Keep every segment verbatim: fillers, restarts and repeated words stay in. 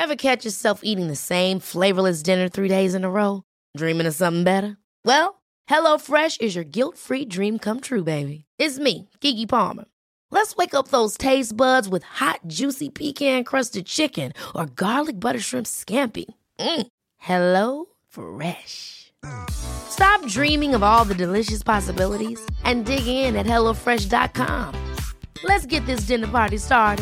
Ever catch yourself eating the same flavorless dinner three days in a row? Dreaming of something better? Well, HelloFresh is your guilt-free dream come true, baby. It's me, Keke Palmer. Let's wake up those taste buds with hot, juicy pecan-crusted chicken or garlic butter shrimp scampi. Mm. Hello Fresh. Stop dreaming of all the delicious possibilities and dig in at hello fresh dot com. Let's get this dinner party started.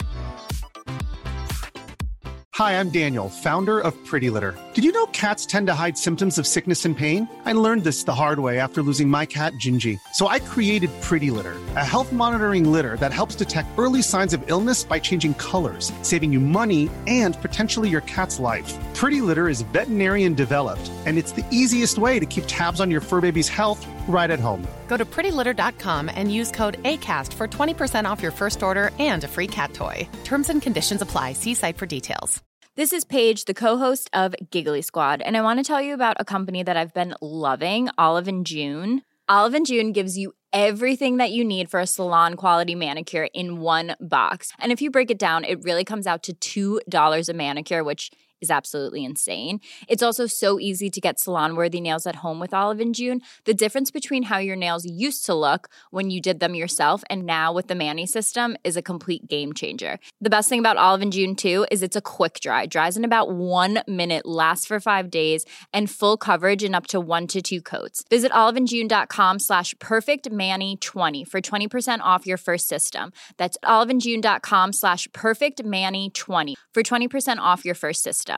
Hi, I'm Daniel, founder of Pretty Litter. Did you know cats tend to hide symptoms of sickness and pain? I learned this the hard way after losing my cat, Gingy. So I created Pretty Litter, a health monitoring litter that helps detect early signs of illness by changing colors, saving you money and potentially your cat's life. Pretty Litter is veterinarian developed, and it's the easiest way to keep tabs on your fur baby's health right at home. Go to pretty litter dot com and use code ACAST for twenty percent off your first order and a free cat toy. Terms and conditions apply. See site for details. This is Paige, the co-host of Giggly Squad, and I want to tell you about a company that I've been loving, Olive and June. Olive and June gives you everything that you need for a salon-quality manicure in one box. And if you break it down, it really comes out to two dollars a manicure, which is absolutely insane. It's also so easy to get salon-worthy nails at home with Olive and June. The difference between how your nails used to look when you did them yourself and now with the Mani system is a complete game changer. The best thing about Olive and June, too, is it's a quick dry. Dries in about one minute, lasts for five days, and full coverage in up to one to two coats. Visit oliveandjune.com slash perfectmani20 for twenty percent off your first system. That's oliveandjune.com slash perfectmani20 for twenty percent off your first system.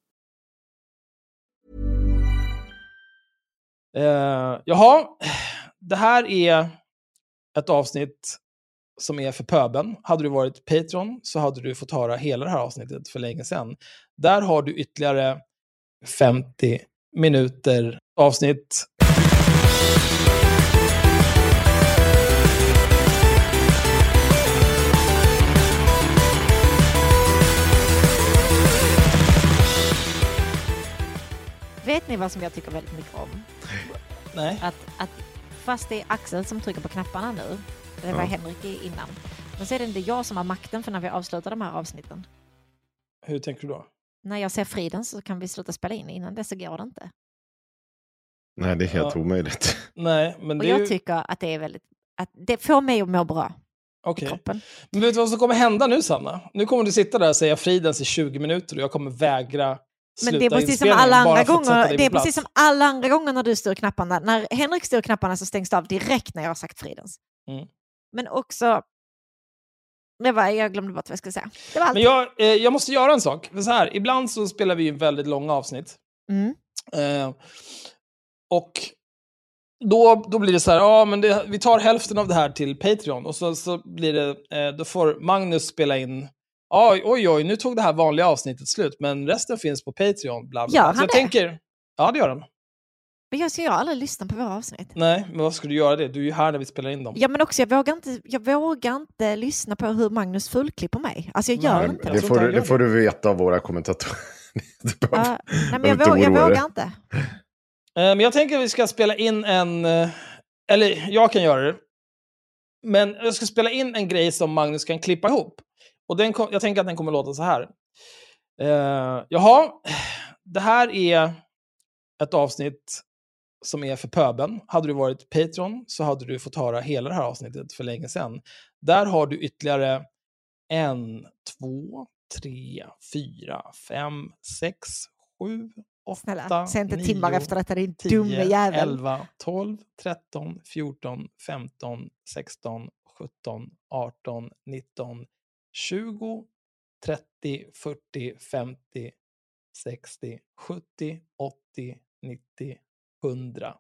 Uh, jaha, det här är ett avsnitt som är för pöben. Hade du varit Patreon så hade du fått höra hela det här avsnittet för länge sedan. Där har du ytterligare femtio minuter avsnitt. Vet ni vad som jag tycker väldigt mycket om? Nej. Att, att fast det är Axel som trycker på knapparna nu. Det var ja. Henrik innan. Men så är det inte jag som har makten för när vi avslutar de här avsnitten. Hur tänker du då? När jag ser Friden så kan vi sluta spela in. Innan det så går det inte. Nej, det är helt ja. omöjligt. Nej, men det Och jag ju... tycker att det är väldigt... Att det får mig att må bra. Okej. Okay. Men vet du vad som kommer hända nu, Sanna? Nu kommer du sitta där och säga Fridens i tjugo minuter och jag kommer vägra. Men det är precis som alla andra gånger. Det är precis som alla andra gånger när du styr knapparna. När Henrik styr knapparna så stängs det av direkt när jag har sagt Fridens. Mm. Men också det var, jag glömde bort vad jag skulle säga. Det var allt. Men jag, eh, jag måste göra en sak. För så här, ibland så spelar vi ju väldigt långa avsnitt. Mm. Eh, och då, då blir det så här, ja men det, vi tar hälften av det här till Patreon. Och så, så blir det, eh, då får Magnus spela in. Oj, oj, oj, nu tog det här vanliga avsnittet slut. Men resten finns på Patreon. Bla, bla. Ja, så jag det. tänker, ja det gör den. Men jag ska ju aldrig lyssna på våra avsnitt. Nej, men vad ska du göra det? Du är ju här när vi spelar in dem. Ja, men också jag vågar inte, jag vågar inte lyssna på hur Magnus fullklipper mig. Alltså jag gör nej, inte det. Det får, du, det får du veta av våra kommentatorer. Ja, nej, men jag, vågar, jag vågar inte. Men jag tänker att vi ska spela in en... Eller jag kan göra det. Men jag ska spela in en grej som Magnus kan klippa ihop. Och den, jag tänker att den kommer låta så här. Uh, jaha, det här är ett avsnitt som är för pöben. Hade du varit Patreon så hade du fått höra hela det här avsnittet för länge sedan. Där har du ytterligare en, två, tre, fyra, fem, sex, sju, åtta, sen inte nio, timmar efter detta, din dumme jävel. elva, tolv, tretton, fjorton, femton, sexton, sjutton, arton, nitton, tjugo, trettio, fyrtio, femtio, sextio, sjuttio, åttio, nittio, hundra.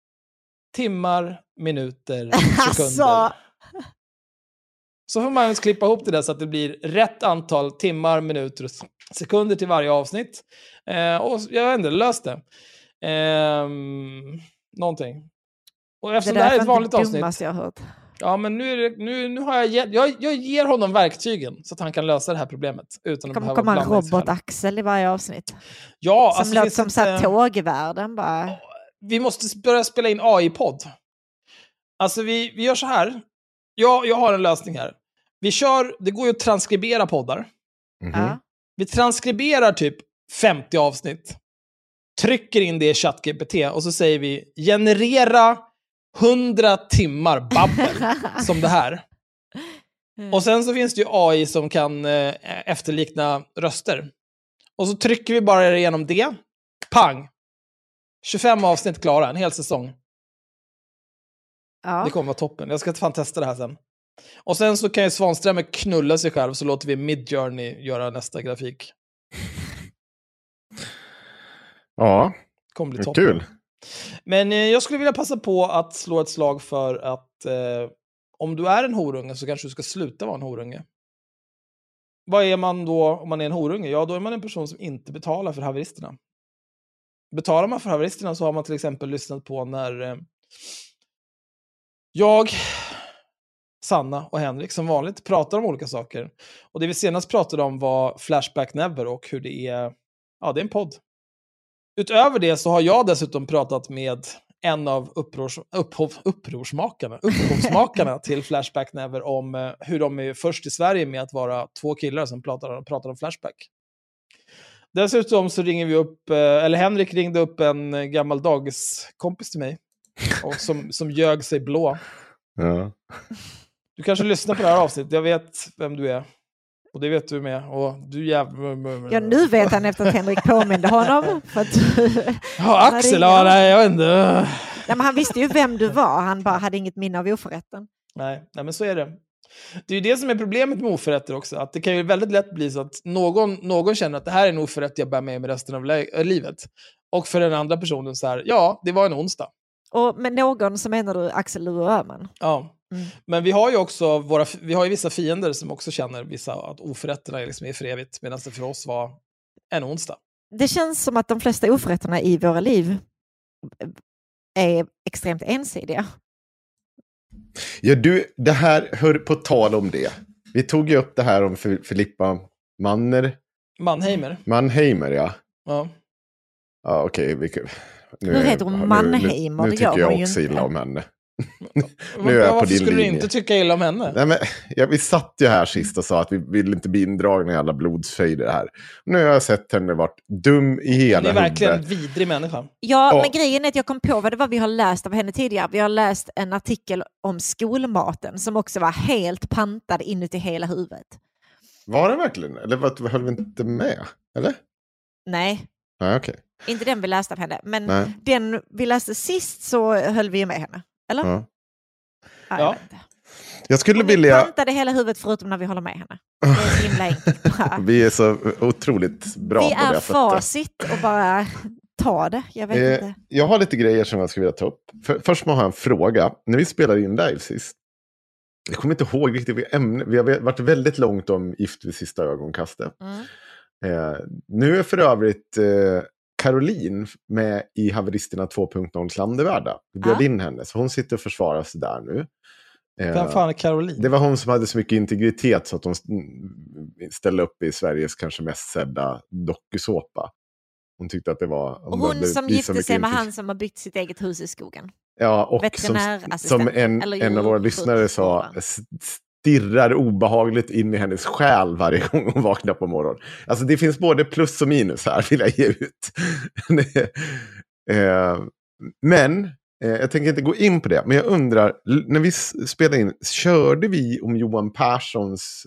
Timmar, minuter, sekunder. Alltså. Så får man klippa ihop det där så att det blir rätt antal timmar, minuter och sekunder till varje avsnitt. Eh, och jag har ändå löst det. Eh, någonting. Och eftersom det, det här är ett vanligt avsnitt. Jag har hört. Ja, men nu, är det, nu, nu har jag, gett, jag jag ger honom verktygen så att han kan lösa det här problemet. Utan det kommer komma en robot-Axel i varje avsnitt. Ja, som alltså, låter som så här tågvärlden bara. Vi måste börja spela in A I-podd. Alltså vi, vi gör så här. Jag, jag har en lösning här. Vi kör, det går ju att transkribera poddar. Mm-hmm. Vi transkriberar typ femtio avsnitt. Trycker in det i ChatGPT och så säger vi generera hundra timmar babbel som det här. Och sen så finns det ju A I som kan eh, efterlikna röster. Och så trycker vi bara igenom det. Pang! tjugofem avsnitt klara, en hel säsong. Ja. Det kommer vara toppen. Jag ska fan testa det här sen. Och sen så kan ju Svanströmer knulla sig själv, så låter vi Midjourney göra nästa grafik. Ja, Kommer bli det är toppen. kul. Men eh, jag skulle vilja passa på att slå ett slag för att eh, om du är en horunge så kanske du ska sluta vara en horunge. Vad är man då om man är en horunge? Ja, då är man en person som inte betalar för haveristerna. Betalar man för haveristerna så har man till exempel lyssnat på när eh, jag, Sanna och Henrik som vanligt pratar om olika saker. Och det vi senast pratade om var Flashback Never och hur det är, ja, det är en podd. Utöver det så har jag dessutom pratat med en av upprors, upphov, upprorsmakarna, upphovsmakarna till Flashback Never om eh, hur de är först i Sverige med att vara två killar som pratar, pratar om Flashback. Dessutom så ringer vi upp, eh, eller Henrik ringde upp en gammal dagiskompis till mig och som, som ljög sig blå. Ja. Du kanske lyssnar på det här avsnittet, jag vet vem du är. Och det vet du med. Och du jävlar... Ja, nu vet han efter att Henrik påminde honom. För att... ja, Axel, ja, nej, jag vet inte. Ja, men han visste ju vem du var. Han bara hade inget minne av oförrätten. Nej, nej, men så är det. Det är ju det som är problemet med oförrätter också. Att det kan ju väldigt lätt bli så att någon, någon känner att det här är en oförrätt jag bär med mig resten av le- livet. Och för den andra personen så här, ja, det var en onsdag. Och med någon så menar du Axel Lue Öhman. Ja. Mm. Men vi har ju också våra, vi har ju vissa fiender som också känner vissa att oförrätterna liksom är för evigt, medan det för oss var en onsdag. Det känns som att de flesta oförrätterna i våra liv är extremt ensidiga. Ja, du, det här hör på tal om det. Vi tog ju upp det här om Filippa Manner. Mannheimer. Mannheimer, ja. Ja. Ja, okej. Okay, nu Hur heter hon Mannheimer? Nu, nu, nu tycker jag också illa om henne. Nu är jag Varför på din skulle linje. du inte tycka illa om henne? Nej, men, ja, vi satt ju här sist och sa att vi vill inte bli indragna i alla blodsfejder här. Nu har jag sett henne varit dum i hela huvudet. Det är verkligen en huvudet. vidrig människa. Ja, och, men grejen är att jag kom på vad det var vi har läst av henne tidigare. Vi har läst en artikel om skolmaten som också var helt pantad inuti hela huvudet. Var det verkligen? Eller var, höll vi inte med? Eller? Nej. Nej, okej. Okay. Inte den vi läste av henne. Men Nej. den vi läste sist så höll vi med henne. Eller? Ja. Ja. Ja. Jag, jag skulle och vilja... vi pantade hela huvudet förutom när vi håller med henne. Det är så himla enkelt. Vi är så otroligt bra vi på det. är sättet. facit och bara ta det. Jag vet eh, inte. Jag har lite grejer som jag skulle vilja ta upp. För, först må jag ha en fråga. När vi spelade in live sist. Jag kommer inte ihåg riktigt vilka ämne. Vi har varit väldigt långt om gift vid sista ögonkastet. Mm. Eh, nu är för övrigt eh, Caroline med i Haveristerna två punkt noll klandervärda. Vi bjöd Ja. in henne, så hon sitter och försvarar sig där nu. Eh, Vem fan är Caroline? det var hon som hade så mycket integritet så att hon ställde upp i Sveriges kanske mest sedda dokusåpa. Hon tyckte att det var... Och hon som gifte sig med han som har byggt sitt eget hus i skogen. Ja, och som, som en, en av våra lyssnare sa, stirrar obehagligt in i hennes själ varje gång hon vaknar på morgonen. Alltså det finns både plus och minus här, vill jag ge ut. eh, men, eh, jag tänker inte gå in på det, men jag undrar, när vi spelade in, körde vi om Johan Perssons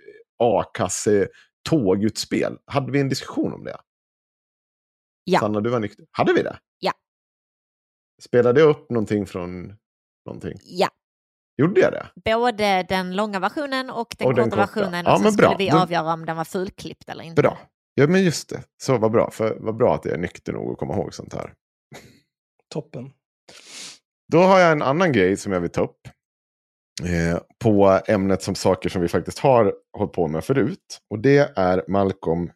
a-kasse-tågutspel? Hade vi en diskussion om det? Ja. Sanna, du var nykter. Hade vi det? Ja. Spelade jag upp någonting från någonting? Ja. Gjorde jag det? Både den långa versionen och den och korta den korta. versionen. Ja, och så men skulle bra. vi Då... avgöra om den var fulklippt eller inte. Bra. Ja, men just det. Så vad bra. För vad bra att jag är nykter nog att komma ihåg sånt här. Toppen. Då har jag en annan grej som jag vill ta upp. Eh, på ämnet som saker som vi faktiskt har hållit på med förut. Och det är Malcolm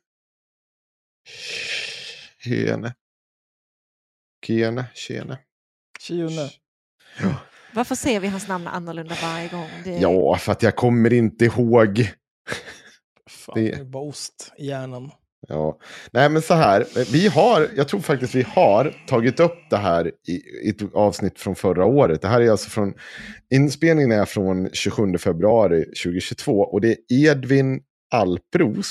Kene. Kene. Kene. Kione. Ja. Varför ser vi hans namn annorlunda varje gång? Det... ja, för att jag kommer inte ihåg. Fan, det... det är bara ost i hjärnan. Ja, nej men så här, vi har, jag tror faktiskt vi har tagit upp det här i, i ett avsnitt från förra året. Det här är alltså från, inspelningen är från tjugosjunde februari tjugohundratjugotvå och det är Edvin Alpros,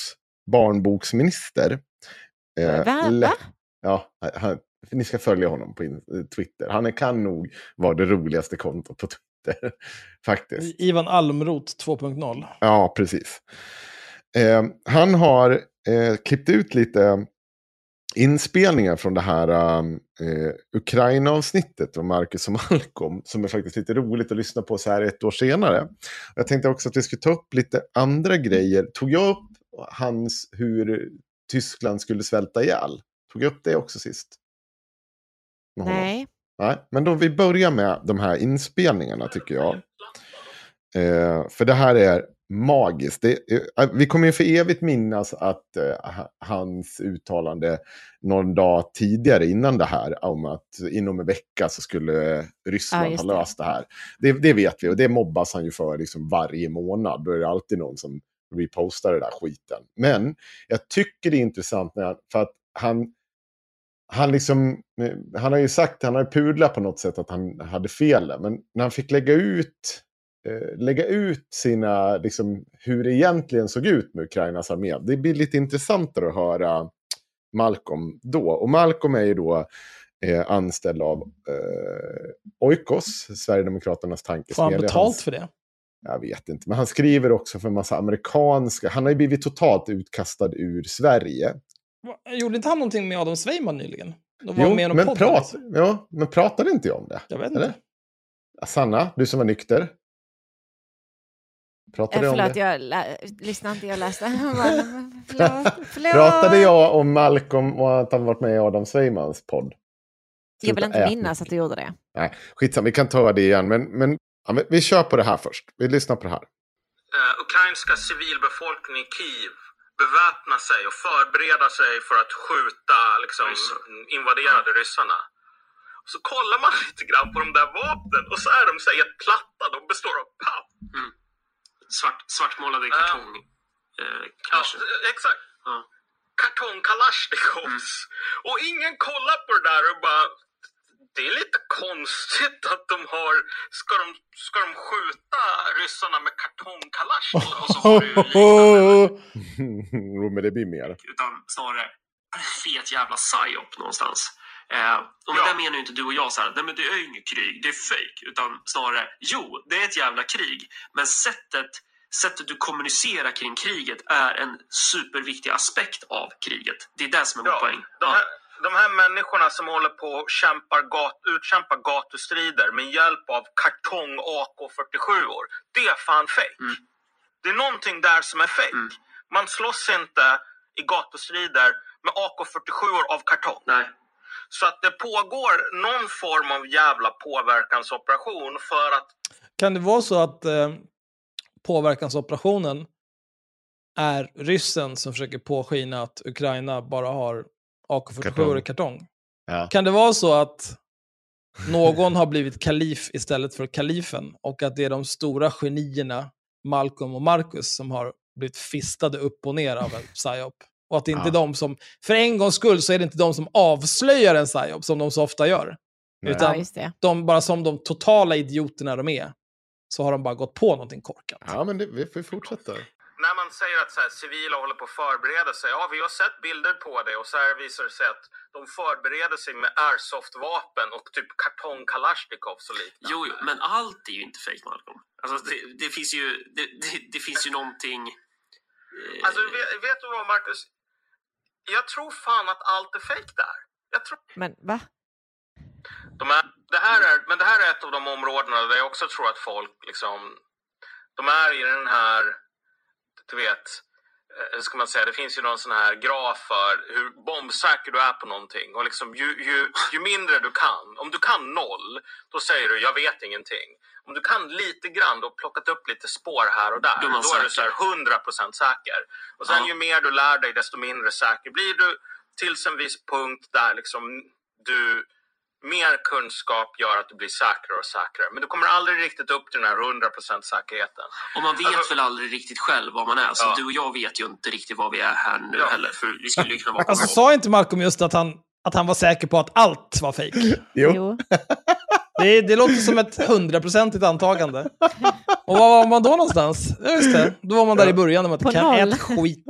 barnboksminister. Eh, Va? Le- ja, han, ni ska följa honom på in- Twitter. Han kan nog vara det roligaste kontot på Twitter. Faktiskt. Ivan Almroth två punkt noll. Ja, precis. Eh, han har eh, klippt ut lite inspelningar från det här eh, Ukraina-avsnittet av Marcus och Malcolm, som är faktiskt lite roligt att lyssna på så här ett år senare. Jag tänkte också att vi skulle ta upp lite andra grejer. Tog jag upp hans hur Tyskland skulle svälta ihjäl? Tog jag upp det också sist? Nej. Nej. Men då vi börjar med de här inspelningarna tycker jag. Eh, för det här är magiskt. Det, eh, vi kommer ju för evigt minnas att eh, hans uttalande någon dag tidigare innan det här om att inom en vecka så skulle Ryssland ja, ha löst det här. Det, det vet vi och det mobbas han ju för liksom varje månad. Då är det alltid någon som repostar det där skiten. Men jag tycker det är intressant när han, för att han han liksom han har ju sagt, han har ju pudlat på något sätt att han hade fel, men när han fick lägga ut lägga ut sina, liksom, hur det egentligen såg ut med Ukrainas armé. Det blir lite intressantare att höra Malcolm då. Och Malcolm är ju då eh, anställd av eh, Oikos, Sverigedemokraternas tankesmedja. Får han betalt för det? Jag vet inte, men han skriver också för en massa amerikanska. Han har ju blivit totalt utkastad ur Sverige. Gjorde inte han någonting med Adam Sveiman nyligen? De var jo, med men, prat, ja, men pratade inte jag om det? Jag vet eller? inte. Sanna, du som var nykter. Pratade äh, jag förlåt, om jag lä- lyssnade inte, jag läste. förlåt, förlåt. Pratade jag om Malcolm och att han varit med i Adam Sveimans podd? Jag vill inte minnas att du gjorde det. Nej, skitsam, vi kan ta det igen. Men, men, ja, men vi kör på det här först. Vi lyssnar på det här. Uh, ukrainska civilbefolkning i Kiev beväpna sig och förbereda sig för att skjuta liksom, invaderade ryssarna. Så kollar man lite grann på de där vapnen och så är de så helt platta. De består av papp. Mm. Svart, svartmålade kartong. Uh, eh, ja, exakt. Uh. Kartong Kalashnikovs. Mm. Och ingen kollar på det där och bara... Det är lite konstigt att de har... Ska de, ska de skjuta ryssarna med kartong Kalashnikov? Och så har du liknande. Jo, men det blir mer. Utan snarare en fet jävla psyop någonstans. Eh, och ja. Där menar ju inte du och jag så här, nej men det är ju inget krig, det är fake. Utan snarare, jo, det är ett jävla krig. Men sättet, sättet du kommunicerar kring kriget är en superviktig aspekt av kriget. Det är det som är ja, vår poäng. De här, ja. de här människorna som håller på och kämpar gat, utkämpar gatustrider med hjälp av kartong A K fyrtiosju år. Det är fan fake. Mm. Det är någonting där som är fake. Mm. Man slåss inte i gatustrider med A K fyrtiosju år av kartong. Nej. Så att det pågår någon form av jävla påverkansoperation för att... Kan det vara så att eh, påverkansoperationen är ryssen som försöker påskina att Ukraina bara har A K fyrtiosju i kartong? Ja. Kan det vara så att någon har blivit kalif istället för kalifen och att det är de stora genierna Malcolm och Marcus som har blivit fistade upp och ner av en psyop? Och att det inte är ja. de som, för en gångs skull så är det inte de som avslöjar en psyop som de så ofta gör. Nej. Utan Ja, just det. de, bara som de totala idioterna de är, så har de bara gått på någonting korkat. Ja, men det, vi får fortsätta. När man säger att så här, civila håller på att förbereda sig, ja vi har sett bilder på det och så här visar det sig att de förbereder sig med airsoft-vapen och typ kartong Kalashnikovs och liknande. Jo, jo, men allt är ju inte fake, Malcolm. Alltså det, det finns ju det, det, det finns ju någonting eh... Alltså vet, vet du vad Marcus, jag tror fan att allt är fake där. Jag tror... Men va? De är, det här är, men det här är ett av de områdena där jag också tror att folk liksom, de är i den här, du vet, hur ska man säga, det finns ju någon sån här graf för hur bombsäker du är på någonting. Och liksom ju, ju, ju mindre du kan, om du kan noll, då säger du jag vet ingenting. Om du kan lite grann och plockat upp lite spår här och där, då är, då är du så här hundra procent säker. Och sen ja. ju mer du lär dig, desto mindre säker blir du tills en viss punkt där liksom du... mer kunskap gör att du blir säkrare och säkrare. Men du kommer aldrig riktigt upp till den här hundra procent säkerheten. Och man vet alltså, väl aldrig riktigt själv vad man är. Så ja. du och jag vet ju inte riktigt vad vi är här nu ja. heller. För vi skulle ju kunna vara alltså sa inte Malcolm just att han, att han var säker på att allt var fake? Jo. Det, det låter som ett hundraprocentigt antagande. Och var var man då någonstans? Ja, just det. Då var man där i början när man inte kan ett skit.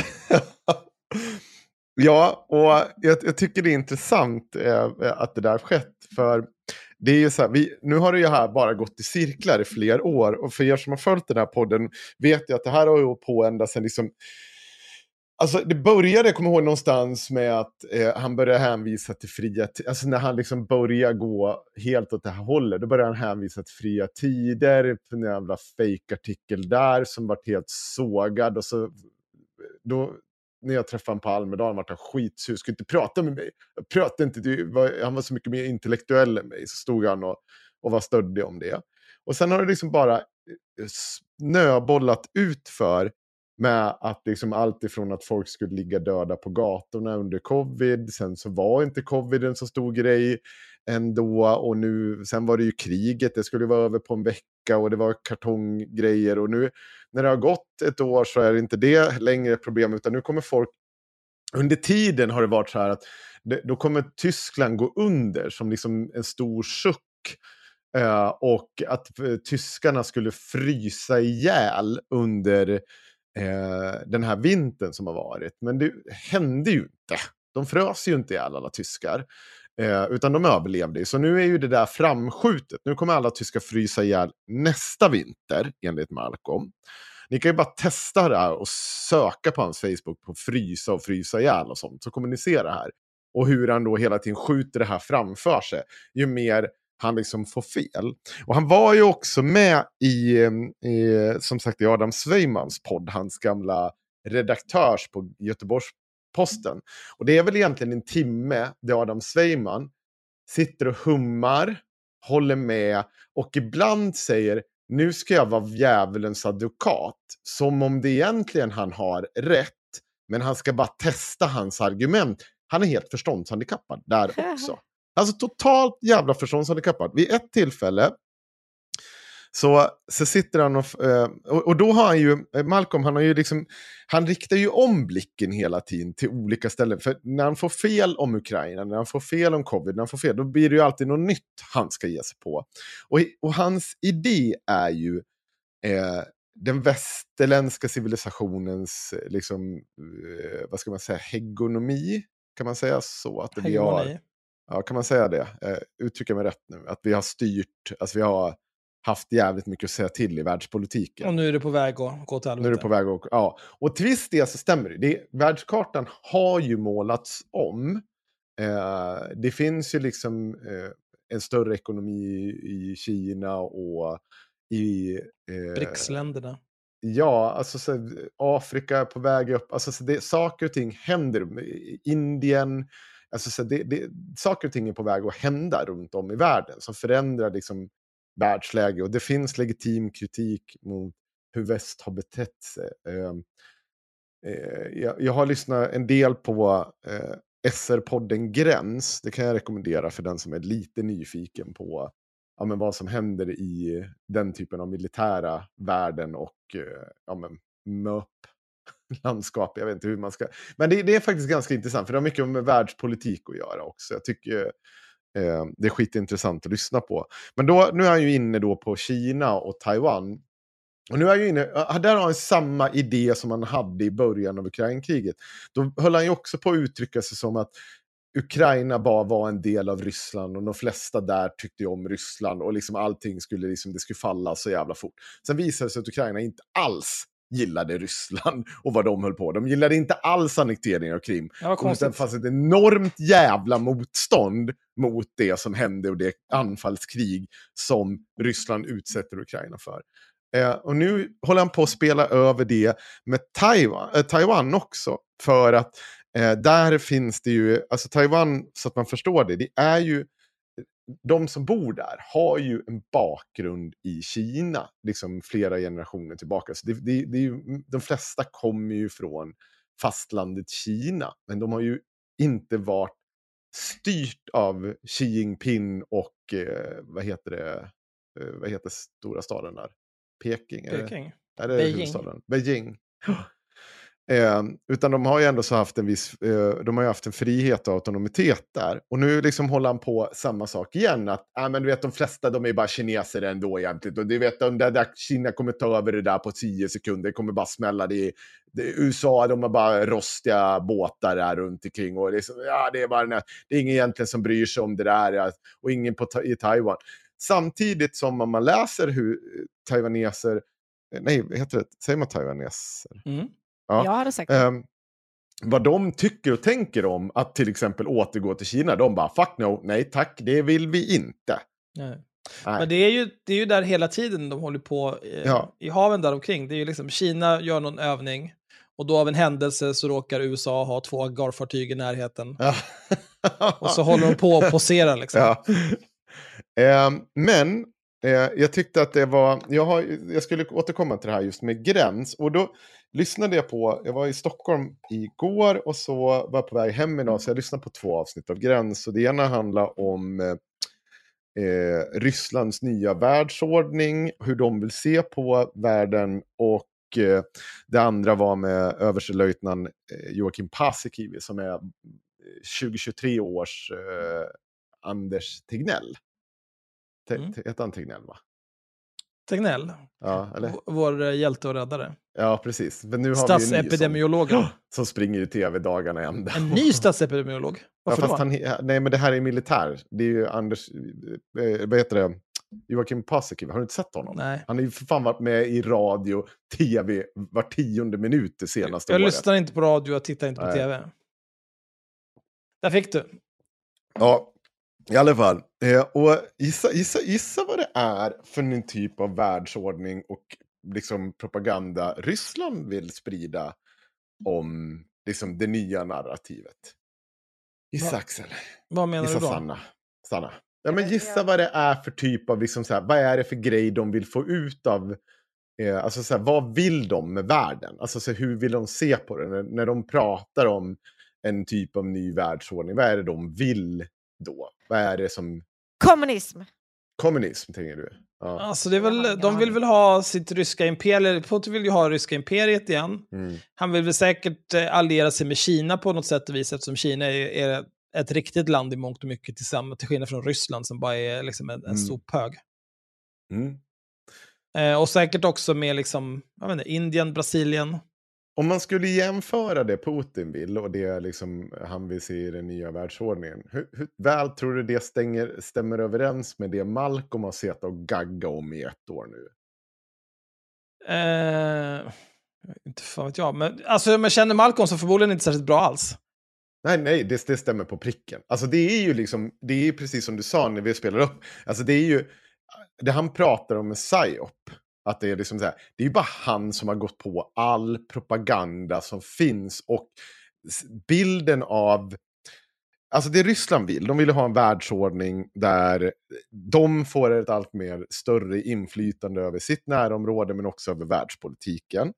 Ja, och jag, jag tycker det är intressant eh, att det där skett. För det är ju så här, vi, nu har det ju här bara gått i cirklar i flera år. Och för er som har följt den här podden vet jag att det här har ju på ända sedan liksom... Alltså det började, jag kommer ihåg någonstans med att eh, han började hänvisa till fria tider. Alltså när han liksom började gå helt åt det här hållet, då började han hänvisa till fria tider. För en jävla fake-artikel där som var helt sågad. Och så då, när jag träffade honom på Almedalen var han skitsur. Skulle inte prata med mig. Jag pratade inte, du, var, han var så mycket mer intellektuell än mig. Så stod han och, och var stöddig om det. Och sen har det liksom bara snöbollat ut för med att liksom allt ifrån att folk skulle ligga döda på gatorna under covid. Sen så var inte covid en så stor grej ändå. Och nu, sen var det ju kriget. Det skulle vara över på en vecka och det var kartonggrejer. Och nu när det har gått ett år så är det inte det längre ett problem. Utan nu kommer folk... Under tiden har det varit så här att det, då kommer Tyskland gå under som liksom en stor suck. Uh, och att uh, tyskarna skulle frysa ihjäl under... Eh, den här vintern som har varit. Men det hände ju inte. De frös ju inte ihjäl alla tyskar. Eh, utan de överlevde. Så nu är ju det där framskjutet. Nu kommer alla tyskar frysa ihjäl nästa vinter, enligt Malcolm. Ni kan ju bara testa det här och söka på hans Facebook på frysa och frysa ihjäl och sånt. Så kommer ni se det här. Och hur han då hela tiden skjuter det här framför sig. Ju mer han liksom får fel. Och han var ju också med i, i som sagt, i Adam Sveimans podd, hans gamla redaktörs på Göteborgs-Posten. Och det är väl egentligen en timme där Adam Sveiman sitter och hummar, håller med och ibland säger nu ska jag vara djävulens advokat. Som om det egentligen han har rätt, men han ska bara testa hans argument. Han är helt förståndshandikappad där också. Alltså totalt jävla förståndshandikappad. Vid ett tillfälle så, så sitter han och, och... Och då har han ju... Malcolm, han har ju liksom... Han riktar ju om blicken hela tiden till olika ställen. För när han får fel om Ukraina, när han får fel om covid, när han får fel, då blir det ju alltid något nytt han ska ge sig på. Och, och hans idé är ju eh, den västerländska civilisationens liksom... Eh, vad ska man säga? Hegemonomi? Kan man säga så? Att det vi har... Ja, kan man säga det? Eh, uttrycka mig rätt nu. Att vi har styrt, alltså vi har haft jävligt mycket att säga till i världspolitiken. Och nu är det på väg att gå till helvete. Nu är det på väg att, ja. Och till viss del så stämmer det. det. Världskartan har ju målats om. Eh, det finns ju liksom eh, en större ekonomi i Kina och i... Eh, BRICS-länderna. Ja, alltså så, Afrika är på väg upp. Alltså så det, saker och ting händer. Indien... Alltså, så det, det, saker och ting är på väg att hända runt om i världen som förändrar liksom världsläge. Och det finns legitim kritik mot hur väst har betett sig. Eh, eh, jag, jag har lyssnat en del på eh, S R-podden Gräns. Det kan jag rekommendera för den som är lite nyfiken på ja, men vad som händer i den typen av militära världen och eh, ja, men, M Ö P. Landskap, jag vet inte hur man ska... Men det, det är faktiskt ganska intressant, för det har mycket med världspolitik att göra också. Jag tycker eh, det är skitintressant att lyssna på. Men då, nu är han ju inne då på Kina och Taiwan. Och nu är han ju inne... Där har han samma idé som han hade i början av Ukraina-kriget. Då höll han ju också på att uttrycka sig som att Ukraina bara var en del av Ryssland och de flesta där tyckte om Ryssland och liksom allting skulle, liksom, det skulle falla så jävla fort. Sen visade det sig att Ukraina inte alls gillade Ryssland och vad de höll på. De gillade inte alls annekteringen av Krim. Och det fanns ett enormt jävla motstånd mot det som hände och det anfallskrig som Ryssland utsätter Ukraina för. Eh, och nu håller han på att spela över det med Taiwan, eh, Taiwan också. För att eh, där finns det ju, alltså Taiwan, så att man förstår det, det är ju de som bor där har ju en bakgrund i Kina, liksom flera generationer tillbaka. Så det, det, det är ju, de flesta kommer ju från fastlandet Kina, men de har ju inte varit styrt av Xi Jinping och eh, vad heter det? Eh, vad heter stora staden där? Peking? Peking. Är det, är det Beijing. huvudstaden? Beijing. Eh, utan de har ju ändå så haft en viss, eh, de har ju haft en frihet och autonomitet där. Och nu liksom håller han på samma sak igen. Att, ah, men du vet, de flesta de är bara kineser ändå egentligen. Och du vet, de där, där Kina kommer ta över det där på tio sekunder. Det kommer bara smälla det i det, U S A, de har bara rostiga båtar där runt omkring. Och det är, så, ja, det är bara den, det är ingen egentligen som bryr sig om det där. Och ingen på, i Taiwan. Samtidigt som man läser hur taiwaneser, nej, vad heter det? Säger man taiwaneser? Mm. Ja. Jag hade sagt um, vad de tycker och tänker om att till exempel återgå till Kina. De bara, fuck no, nej tack, det vill vi inte. Nej. Nej. Men det är, ju, det är ju där hela tiden de håller på eh, ja. i haven där omkring. Det är ju liksom, Kina gör någon övning och då av en händelse så råkar U S A ha två hangarfartyg i närheten. Ja. Och så håller de på och poserar liksom. Ja. Eh, men eh, jag tyckte att det var, jag, har, jag skulle återkomma till det här just med gräns. Och då lyssnade jag på, jag var i Stockholm igår och så var jag på väg hem idag, så jag lyssnade på två avsnitt av Gräns. Och det ena handlar om eh, Rysslands nya världsordning, hur de vill se på världen, och eh, det andra var med överstelöjtnant eh, Joakim Paasikivi som är tjugohundratjugotre års eh, Anders Tegnell. Te- mm. Heter han Tegnell, va? Tegnell? Ja, eller? V- vår hjälte och räddare. Ja, precis. Men nu har statsepidemiologen. vi som, som springer i tv dagarna ända. En ny statsepidemiolog? Varför ja, fast han, nej, men det här är militär. Det är ju Anders, eh, vad heter det? Joakim Paasikivi. Har du inte sett honom? Nej. Han har ju för fan varit med i radio, tv var tionde minut det senaste jag året. Jag lyssnar inte på radio, jag tittar inte på nej. tv. Där fick du. Ja, i alla fall. Eh, och gissa, gissa, gissa vad det är för en typ av världsordning och liksom propaganda Ryssland vill sprida om liksom det nya narrativet. Gissa, Va? Axel. Vad menar gissa, du då? Sanna. Sanna. Ja, men gissa vad det är för typ av, liksom så här, vad är det för grej de vill få ut av, eh, alltså så här, vad vill de med världen? Alltså så här, hur vill de se på det? När, när de pratar om en typ av ny världsordning, vad är det de vill då? Vad är det som... Kommunism. Kommunism, tänker du? Ja. Alltså det är väl, de vill väl ha sitt ryska imperium, Putin vill ju ha ryska imperiet igen. Mm. Han vill väl säkert alliera sig med Kina på något sätt och vis, eftersom Kina är, är ett riktigt land i mångt och mycket tillsammans, till skillnad från Ryssland som bara är liksom en, en mm. sophög. Mm. Eh, och säkert också med liksom, jag vet inte, Indien, Brasilien. Om man skulle jämföra det Putin vill och det liksom han vill se i den nya världsordningen, hur, hur väl tror du det stänger, stämmer överens med det Malcolm har sett och gagga om i ett år nu? Eh, inte fan vet jag, men alltså om jag känner Malcolm så förmodligen inte särskilt bra alls. Nej, nej, det, det stämmer på pricken. Alltså det är ju liksom, det är ju precis som du sa när vi spelar upp. Alltså det är ju, det han pratar om med psyop. Att det är liksom så här, det är ju bara han som har gått på all propaganda som finns. Och bilden av, alltså det Ryssland vill, de vill ha en världsordning där de får ett allt mer större inflytande över sitt närområde men också över världspolitiken.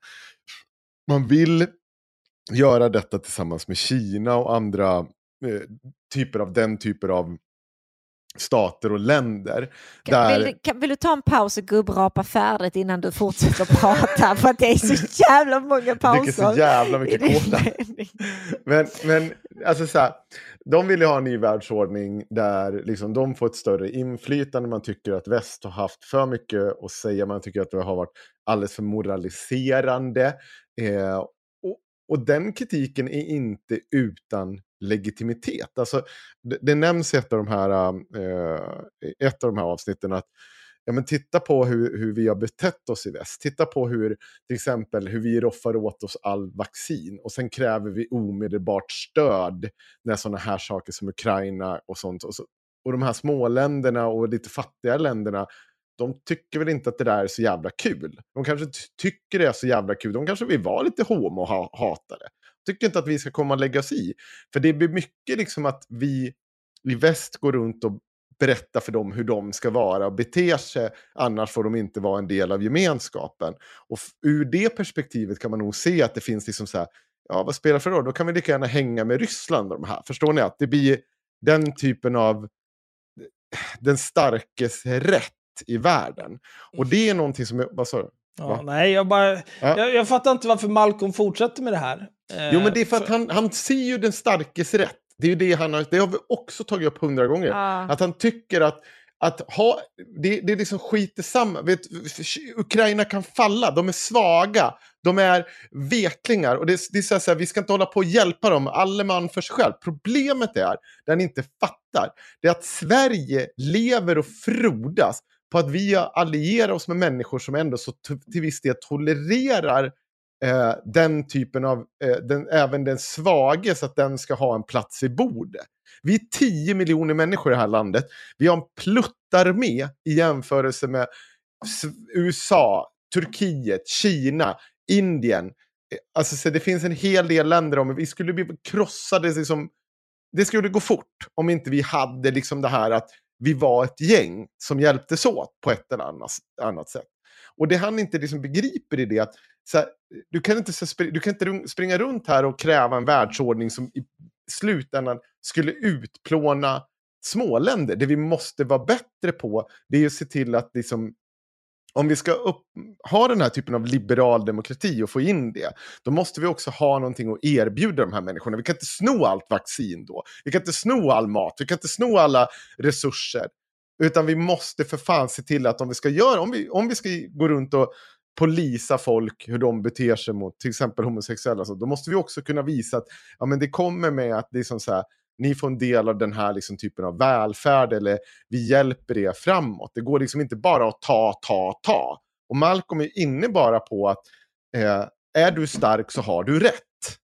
Man vill göra detta tillsammans med Kina och andra eh, typer av den typer av stater och länder. Där... Vill, kan, vill du ta en paus och gubbrapa färdigt innan du fortsätter prata? För att det är så jävla många pauser. Det är så jävla mycket kola. men, men alltså så här, de vill ju ha en ny världsordning där liksom de får ett större inflytande. Man tycker att väst har haft för mycket att säga. Man tycker att det har varit alldeles för moraliserande. Eh, Och den kritiken är inte utan legitimitet. Alltså, det, det nämns i ett av de här, äh, ett av de här avsnitten att ja, men titta på hur, hur vi har betett oss i väst. Titta på hur, till exempel, hur vi roffar åt oss all vaccin. Och sen kräver vi omedelbart stöd när sådana här saker som Ukraina och sånt. Och, så, och de här små länderna och lite fattiga länderna, de tycker väl inte att det där är så jävla kul. De kanske ty- tycker det är så jävla kul. De kanske vill vara lite homo och ha- hata det. Tycker inte att vi ska komma och lägga oss i. För det blir mycket liksom att vi i väst går runt och berättar för dem hur de ska vara och bete sig. Annars får de inte vara en del av gemenskapen. Och f- ur det perspektivet kan man nog se att det finns liksom så här, ja vad spelar för roll? Då kan vi lika gärna hänga med Ryssland och de här. Förstår ni att det blir den typen av den starkes rätt i världen. Och det är någonting som, vad sa du? Ja, nej, jag, bara, ja. jag, jag fattar inte varför Malcolm fortsätter med det här. Jo, men det är för att han, han ser ju den starkes rätt. Det är ju det han har, det har vi också tagit upp hundra gånger. Ja. Att han tycker att, att ha, det, det är liksom skit i samma. Vet, Ukraina kan falla, de är svaga, de är veklingar. Och det, det är så här, vi ska inte hålla på och hjälpa dem, alla man för sig själv. Problemet är, det han inte fattar, det är att Sverige lever och frodas på att vi allierar oss med människor som ändå så t- till viss del tolererar eh, den typen av, eh, den, även den svage, så att den ska ha en plats i bordet. Vi är tio miljoner människor i det här landet. Vi har en pluttarmé i jämförelse med U S A, Turkiet, Kina, Indien. Alltså så det finns en hel del länder om vi skulle bli krossade. Liksom, det skulle gå fort om inte vi hade liksom det här att vi var ett gäng som hjälptes åt på ett eller annat, annat sätt. Och det han inte liksom begriper i det att så här, du, kan inte, så, du kan inte springa runt här och kräva en världsordning som i slutändan skulle utplåna småländer. Det vi måste vara bättre på, det är att se till att liksom, om vi ska upp, ha den här typen av liberal demokrati och få in det, då måste vi också ha någonting att erbjuda de här människorna. Vi kan inte sno allt vaccin då. Vi kan inte sno all mat. Vi kan inte sno alla resurser. Utan vi måste för fan se till att om vi ska göra, om vi, om vi ska gå runt och polisa folk hur de beter sig mot till exempel homosexuella, så, då måste vi också kunna visa att ja, men det kommer med att det är som så här, ni får en del av den här liksom typen av välfärd eller vi hjälper er framåt. Det går liksom inte bara att ta, ta, ta. Och Malcolm är inne bara på att eh, är du stark så har du rätt.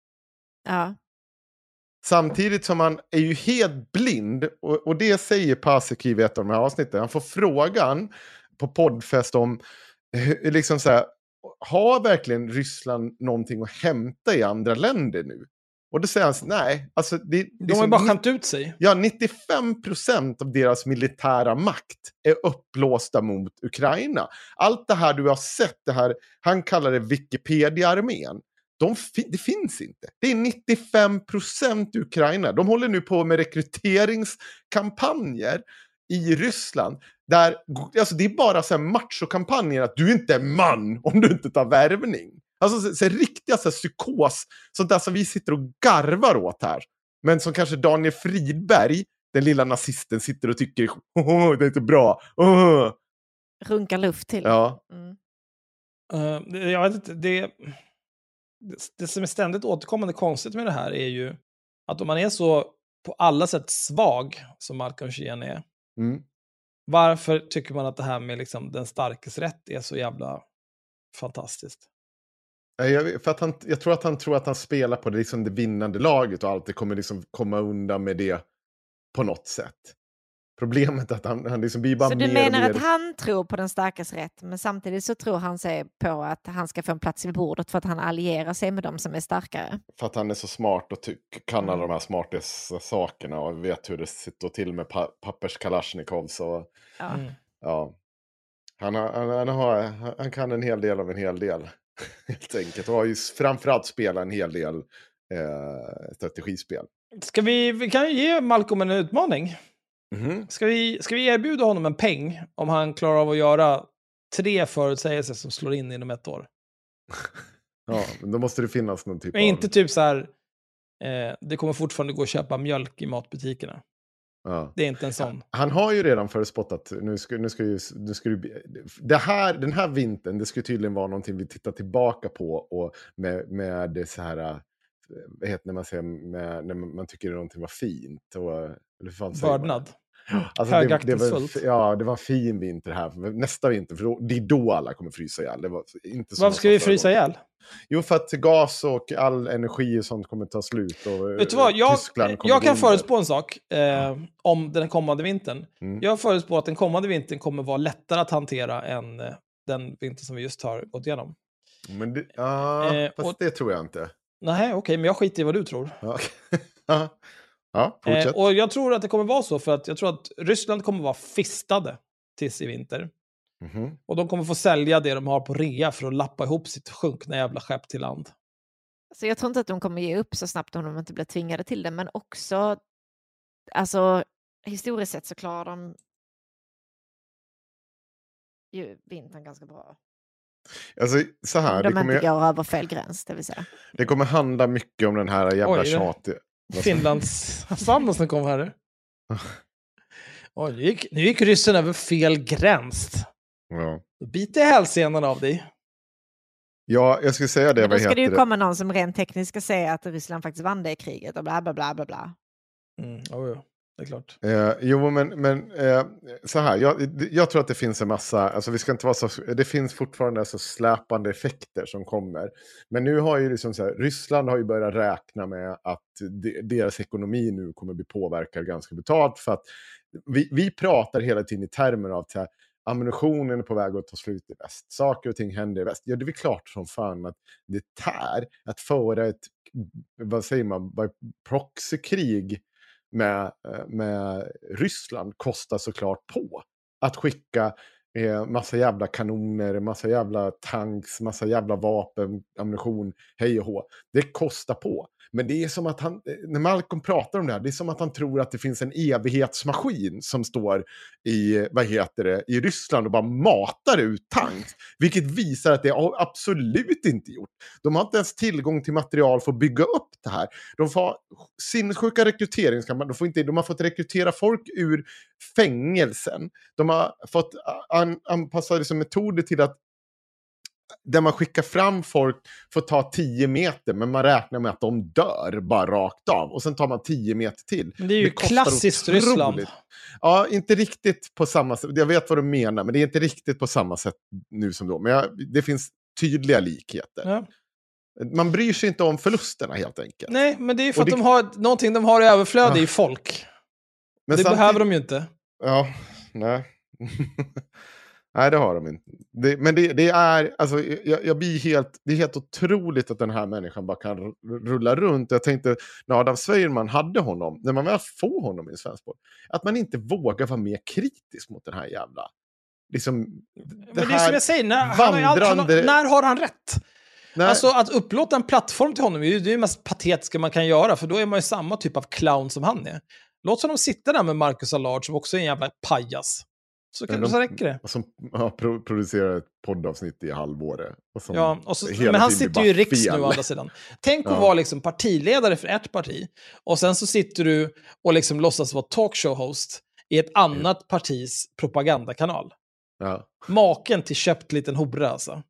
Ja. Samtidigt som han är ju helt blind, och, och det säger Paasikivi i ett av de här avsnitten. Han får frågan på poddfest om liksom så här, har verkligen Ryssland någonting att hämta i andra länder nu? Och då säger han, nej. Alltså det, de har ju bara skämt ut sig. Ja, nittiofem procent av deras militära makt är upplåsta mot Ukraina. Allt det här du har sett, det här, han kallar det Wikipedia-armén. De, det finns inte. Det är nittiofem procent Ukraina. De håller nu på med rekryteringskampanjer i Ryssland. Där, alltså det är bara så här machokampanjer att du inte är man om du inte tar värvning. Alltså så, så riktiga så här, psykos. Sånt där som vi sitter och garvar åt här. Men som kanske Daniel Fridberg, den lilla nazisten, sitter och tycker oh, det är inte bra. Oh. Runkar luft till. Ja. Mm. Uh, jag vet inte, det, det, det som är ständigt återkommande konstigt med det här är ju att om man är så på alla sätt svag som Malcolm Sheehan är, mm. varför tycker man att det här med liksom den starkes rätt är så jävla fantastiskt? Jag, för att han, jag tror att han tror att han spelar på det, liksom det vinnande laget och alltid kommer liksom komma undan med det på något sätt. Problemet är att han, han liksom blir bara så mer du menar mer... att han tror på den starkas rätt, men samtidigt så tror han sig på att han ska få en plats vid bordet för att han allierar sig med dem som är starkare? För att han är så smart och tyck, kan alla de här smartaste sakerna och vet hur det sitter till med pa- pappers Kalashnikov. Så, ja. Mm. Ja. Han, har, han, han, har, han kan en hel del av en hel del. Helt enkelt. Och har ju framförallt spelat en hel del eh, strategispel. Ska vi, vi kan ju ge Malcolm en utmaning. Mm-hmm. Ska vi, ska vi erbjuda honom en peng om han klarar av att göra tre förutsägelser som slår in inom ett år? Ja, men då måste det finnas någon typ men av... inte typ så här, eh, det kommer fortfarande gå att köpa mjölk i matbutikerna. Ja. Det är inte en sån. Han har ju redan förutspottat, nu ska, nu ska ju, nu ska ju, det här, den här vintern, det ska tydligen vara någonting vi tittar tillbaka på och med, med det så här, vad heter när man säger, med, när man tycker att någonting var fint. Och, eller fan Vördnad. Alltså högaktningsfullt. Det, det var, ja, det var en fin vinter här. Nästa vinter, för då, det är då alla kommer frysa ihjäl. Det var inte så. Varför ska vi frysa ihjäl? Jo, för att gas och all energi och sånt kommer ta slut. Och vet du vad? Jag, jag kan förutspå en sak eh, om den kommande vintern. Mm. Jag förutspår att den kommande vintern kommer vara lättare att hantera än eh, den vinter som vi just har gått igenom. Men det, ja, eh, fast och, det tror jag inte. Nej, okej, okay, men jag skiter i vad du tror. Ja, ja, fortsätt. Eh, och jag tror att det kommer vara så, för att jag tror att Ryssland kommer vara fistade tills i vinter. Mm-hmm. Och de kommer få sälja det de har på rea för att lappa ihop sitt sjunkna jävla skepp till land. Så jag tror inte att de kommer ge upp så snabbt om de inte blir tvingade till det. Men också, alltså historiskt sett så klarar de ju vintern ganska bra. Alltså, så här, om de det kommer, inte går över fel gräns, det vill säga. Det kommer handla mycket om den här jävla tjatiga... Finlands Sanders som kom här. Oj, nu gick, nu gick ryssen över fel gräns. Ja. Då biter hälsenan av dig. Ja, jag skulle säga det. Men då ska det ju det? komma någon som rent tekniskt ska säga att Ryssland faktiskt vann det kriget och bla bla bla bla bla. Mm, oh ja, det är klart. Eh, jo, men, men eh, så här, jag, jag tror att det finns en massa, alltså vi ska inte vara så, det finns fortfarande så släpande effekter som kommer. Men nu har ju liksom så här, Ryssland har ju börjat räkna med att de, deras ekonomi nu kommer bli påverkad ganska betalt för att vi, vi pratar hela tiden i termer av att ammunitionen är på väg att ta slut i väst. Saker och ting händer i väst. Ja, det är väl klart som fan att det tär att föra ett, vad säger man, proxykrig med, med Ryssland kostar såklart på. Att skicka eh, massa jävla kanoner, massa jävla tanks, massa jävla vapen, ammunition, hej och hå. Det kostar på. Men det är som att han, när Malcolm pratar om det här, det är som att han tror att det finns en evighetsmaskin som står i, vad heter det, i Ryssland och bara matar ut tanks. Vilket visar att det har absolut inte gjort. De har inte ens tillgång till material för att bygga upp det här. De får sinnessjuka rekryteringskampanjer. De, får inte, de har fått rekrytera folk ur fängelsen. De har fått an, anpassa liksom metoder till att där man skickar fram folk för att ta tio meter, men man räknar med att de dör bara rakt av. Och sen tar man tio meter till. Men det är ju det klassiskt otroligt. Ryssland. Ja, inte riktigt på samma sätt. Jag vet vad du menar, men det är inte riktigt på samma sätt nu som då. Men jag, det finns tydliga likheter. Ja. Man bryr sig inte om förlusterna helt enkelt. Nej, men det är för och att det... de har någonting de har i överflöd ja. i folk. Men det samtidigt... behöver de ju inte. Ja, nej. Nej, det har de inte. Det, men det, det är, alltså, jag, jag blir helt, det är helt otroligt att den här människan bara kan rulla runt. Jag tänkte, när Adam Svejrman hade honom, när man väl får honom i en svensk sport, att man inte vågar vara mer kritisk mot den här jävla, liksom, det men det är som jag säger, när, vandrande... han har, han, när har han rätt? Nej. Alltså att upplåta en plattform till honom, det är det mest patetiska man kan göra, för då är man ju samma typ av clown som han är. Låt honom sitta där med Marcus Allard som också är en jävla pajas. Så, kan, de, så räcker det. Som ja, pro, producerar ett poddavsnitt i halvåret. Och som ja, och så, men han sitter ju i riks nu å andra sidan. Tänk att ja. vara liksom partiledare för ett parti. Och sen så sitter du och liksom låtsas vara talkshow-host i ett annat partis propagandakanal. Ja. Maken till köpt liten hora alltså.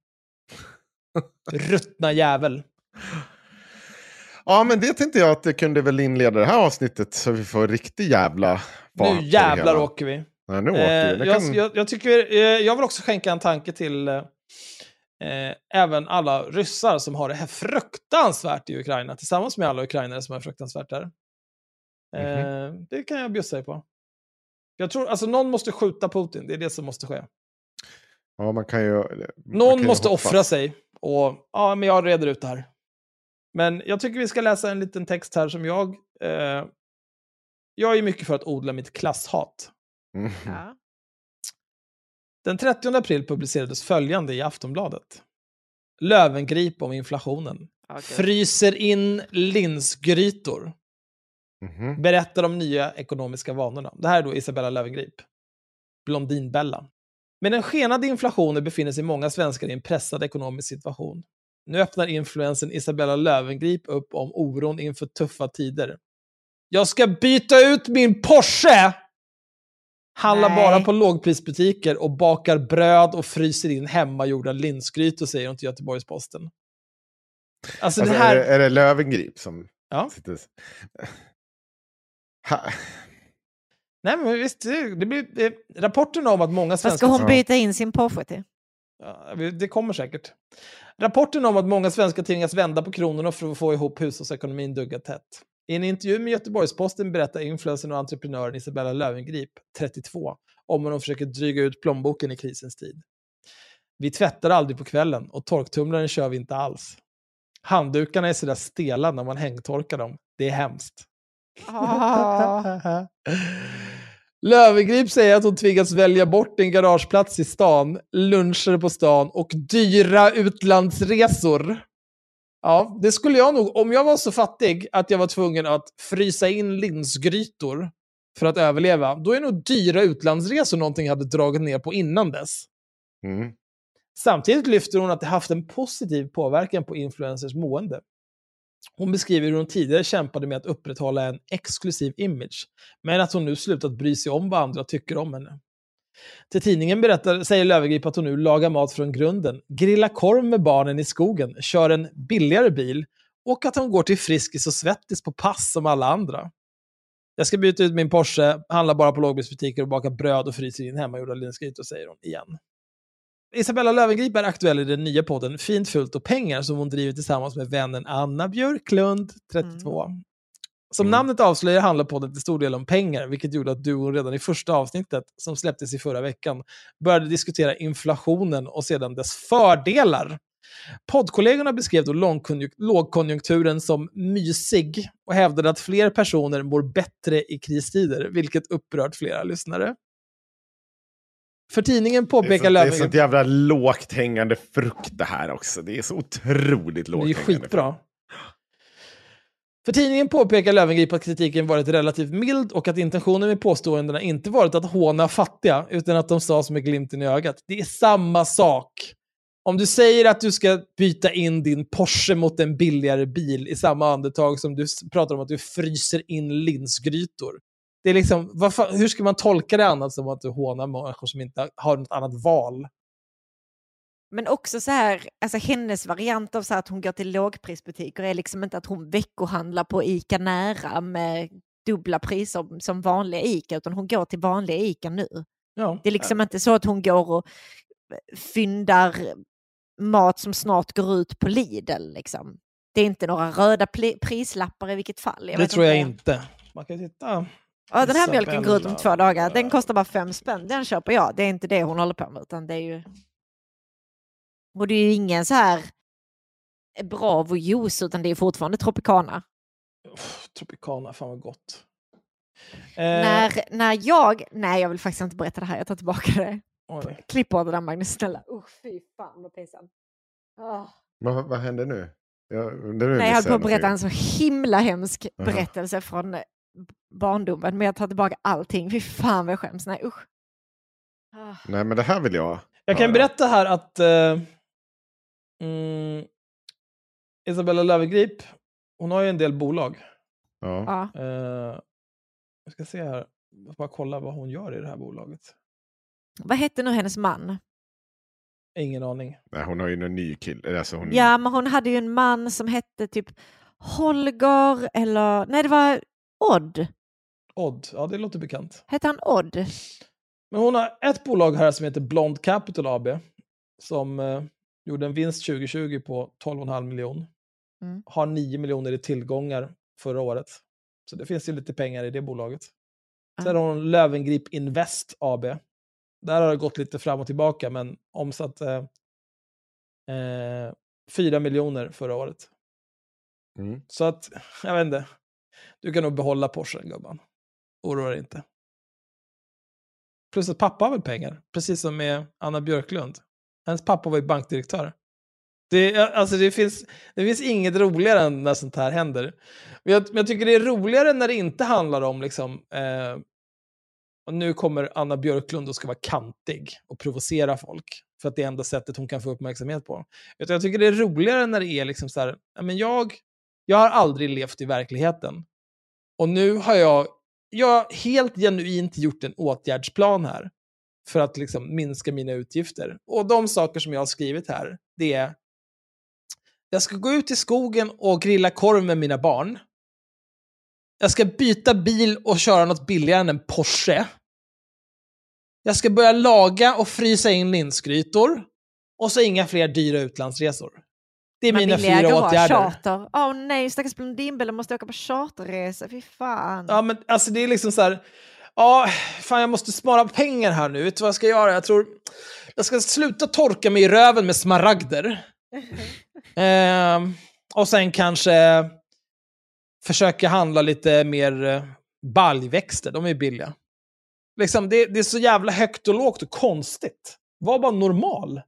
Ruttna jävel. Ja, men det tänkte jag att det kunde väl inleda det här avsnittet så vi får riktigt jävla... Nu jävlar åker vi. Nej, nu åker vi. Eh, jag, kan... jag, jag, tycker, eh, jag vill också skänka en tanke till eh, även alla ryssar som har det här fruktansvärt i Ukraina. Tillsammans med alla ukrainare som är fruktansvärt där. Eh, mm-hmm. Det kan jag bjussa dig på. Jag tror, alltså någon måste skjuta Putin. Det är det som måste ske. Ja, man kan ju... Man någon kan måste ju offra sig. Och ja, men jag reder ut det här. Men jag tycker vi ska läsa en liten text här som jag... Eh, jag är mycket för att odla mitt klasshat. Mm. Ja. Den trettionde april publicerades följande i Aftonbladet. Löwengrip om inflationen. Okay. Fryser in linsgrytor. Mm-hmm. Berättar om nya ekonomiska vanorna. Det här är då Isabella Löwengrip. Blondinbella. Med den skenande inflationen befinner sig många svenskar i en pressad ekonomisk situation. Nu öppnar influensen Isabella Löwengrip upp om oron inför tuffa tider. Jag ska byta ut min Porsche! Handlar Nej. bara på lågprisbutiker och bakar bröd och fryser in hemmagjorda linsgrytor, säger hon till Göteborgs-Posten. Alltså, alltså det här... är, det, är det Löwengrip som ja. sitter... Ha. Nej, men visst, det blir det, rapporten om att många svenskar... Vad ska hon byta in sin Porsche till? Ja, det kommer säkert. Rapporten om att många svenskar tvingas vända på kronorna för att få ihop hushållsekonomin duggar tätt. I en intervju med Göteborgs-Posten berättar influencern och entreprenören Isabella Löwengrip, trettiotvå, om hur de försöker dryga ut plånboken i krisens tid. Vi tvättar aldrig på kvällen och torktumlaren kör vi inte alls. Handdukarna är sådär stela när man hängtorkar dem. Det är hemskt. Oh. Löwengrip säger att hon tvingas välja bort en garageplats i stan, luncher på stan och dyra utlandsresor. Ja, det skulle jag nog, om jag var så fattig att jag var tvungen att frysa in linsgrytor för att överleva, då är nog dyra utlandsresor någonting jag hade dragit ner på innan dess. Mm. Samtidigt lyfter hon att det haft en positiv påverkan på influencers mående. Hon beskriver hur hon tidigare kämpade med att upprätthålla en exklusiv image, men att hon nu slutat bry sig om vad andra tycker om henne. Till tidningen berättar, säger Löwengrip att hon nu lagar mat från grunden, grillar korv med barnen i skogen, kör en billigare bil och att hon går till Friskis och Svettis på pass som alla andra. Jag ska byta ut min Porsche, handla bara på lågprisbutiker och baka bröd och fryser in hemmagjorda linsgrytor, säger hon igen. Isabella Löwengrip är aktuell i den nya podden Fint, fult och pengar som hon driver tillsammans med vännen Anna Björklund, trettiotvå. Mm. Som mm. namnet avslöjar handlar podden till stor del om pengar, vilket gjorde att duon redan i första avsnittet, som släpptes i förra veckan, började diskutera inflationen och sedan dess fördelar. Poddkollegorna beskrev då lågkonjunkturen som mysig och hävdade att fler personer mår bättre i kristider, vilket upprört flera lyssnare. För tidningen påpekar Löwengrip... Det är så jävla lågt hängande frukt det här också. Det är så otroligt lågt hängande. Det är skitbra. För tidningen påpekar Löwengrip att kritiken varit relativt mild och att intentionen med påståendena inte varit att håna fattiga, utan att de sa som med glimten i ögat. Det är samma sak. Om du säger att du ska byta in din Porsche mot en billigare bil i samma andetag som du pratar om att du fryser in linsgrytor. Det är liksom, vad fan, hur ska man tolka det annat som att du hånar människor som inte har något annat val? Men också så här, alltså hennes variant av så här att hon går till lågprisbutiker är liksom inte att hon veckohandlar på Ica Nära med dubbla priser som vanliga Ica, utan hon går till vanliga Ica nu. Ja. Det är liksom ja. inte så att hon går och fyndar mat som snart går ut på Lidl liksom. Det är inte några röda pl- prislappar i vilket fall. Jag det tror jag inte. Man kan titta. Ja, den här mjölken går ut om två dagar. Den kostar bara fem spänn. Den köper jag. Det är inte det hon håller på med, utan det är ju... Och det är ju ingen så här Bravo juice, utan det är fortfarande Tropicana. Oh, Tropicana, fan vad gott. Eh... När, när jag... Nej, jag vill faktiskt inte berätta det här. Jag tar tillbaka det. Oj. Klipp på det där, Magnus, snälla. Usch, fy fan vad pinsamt. Oh. Vad, vad händer nu? Jag, Nej, jag höll på att berätta en så himla hemsk uh-huh. berättelse från barndomen, men jag tar tillbaka allting. Fy fan vad jag skäms. Nej, usch. Oh. Nej, men det här vill jag. Jag kan berätta här att uh, mm, Isabella Löwengrip, hon har ju en del bolag. Ja. Uh, jag ska se här. Jag ska bara kolla vad hon gör i det här bolaget. Vad hette nu hennes man? Ingen aning. Nej, hon har ju en ny kille. Alltså hon... Ja, men hon hade ju en man som hette typ Holger eller... Nej, det var Odd. Odd, ja det låter bekant. Hette han Odd? Men hon har ett bolag här som heter Blond Capital A B som eh, gjorde en vinst tjugo tjugo på tolv komma fem miljoner. Mm. Har nio miljoner i tillgångar förra året. Så det finns ju lite pengar i det bolaget. Mm. Sen har hon Löwengrip Invest A B. Där har det gått lite fram och tillbaka, men omsatt eh, eh, fyra miljoner förra året. Mm. Så att, jag vet inte. Du kan nog behålla Porschen, gubban. Oroa dig inte. Plus att pappa har väl pengar. Precis som med Anna Björklund. Hennes pappa var ju bankdirektör. Det, alltså det, finns, det finns inget roligare än när sånt här händer. Men jag, men jag tycker det är roligare när det inte handlar om liksom... Eh, och nu kommer Anna Björklund och ska vara kantig och provocera folk. För att det är enda sättet hon kan få uppmärksamhet på. Jag tycker det är roligare när det är liksom så här... Men jag, jag har aldrig levt i verkligheten. Och nu har jag, jag har helt genuint gjort en åtgärdsplan här. För att liksom minska mina utgifter. Och de saker som jag har skrivit här, det är... Jag ska gå ut i skogen och grilla korv med mina barn. Jag ska byta bil och köra något billigare än en Porsche. Jag ska börja laga och frysa in linsgrytor. Och så inga fler dyra utlandsresor. Det är men mina fyra åtgärder. Åh oh, nej, stackars Blondinbella måste åka på charterresa. Fy fan. Ja, men alltså det är liksom så här... Ja, fan jag måste spara pengar här nu. Vet du vad jag ska göra? Jag tror... Jag ska sluta torka mig i röven med smaragder. eh, och sen kanske... försöka handla lite mer baljväxter. De är billiga. Liksom, det, det är så jävla högt och lågt och konstigt. Var bara normal.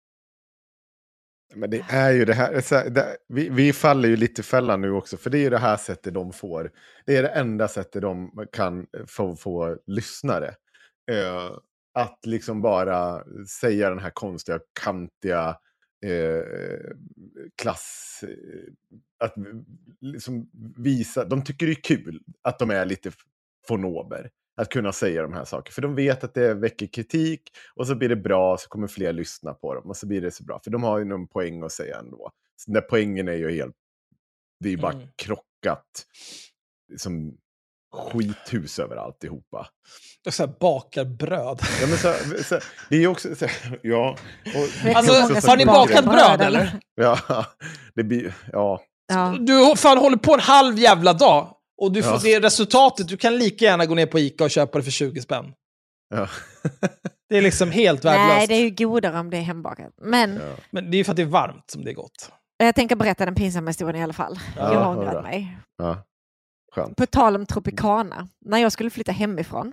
Men det är ju det här, det, vi, vi faller ju lite i fällan nu också, för det är ju det här sättet de får. Det är det enda sättet de kan få, få lyssnare. Uh, att liksom bara säga den här konstiga, kantiga eh, klass... Att liksom visa... De tycker det är kul att de är lite fonober. Att kunna säga de här sakerna. För de vet att det väcker kritik. Och så blir det bra, så kommer fler lyssna på dem. Och så blir det så bra. För de har ju någon poäng att säga ändå. Så den där poängen är ju helt... Det är ju bara mm. krockat. Som skithus över alltihopa. Och så här bakar bröd. Ja, men så, så, det är ju också... Så, ja. Och, alltså, har ni bakat bröd, eller? Ja, det blir... Ja. ja. Du fan håller på en halv jävla dag. Och du får ja. det resultatet. Du kan lika gärna gå ner på Ica och köpa det för tjugo spänn. Ja. Det är liksom helt värdelöst. Nej, det är ju godare om det är hembakat. Men, ja. men det är ju för att det är varmt som det är gott. Jag tänker berätta den pinsamma historien i alla fall. Ja, jag har ångrat mig. Ja. Skönt. På tal om Tropicana. När jag skulle flytta hemifrån.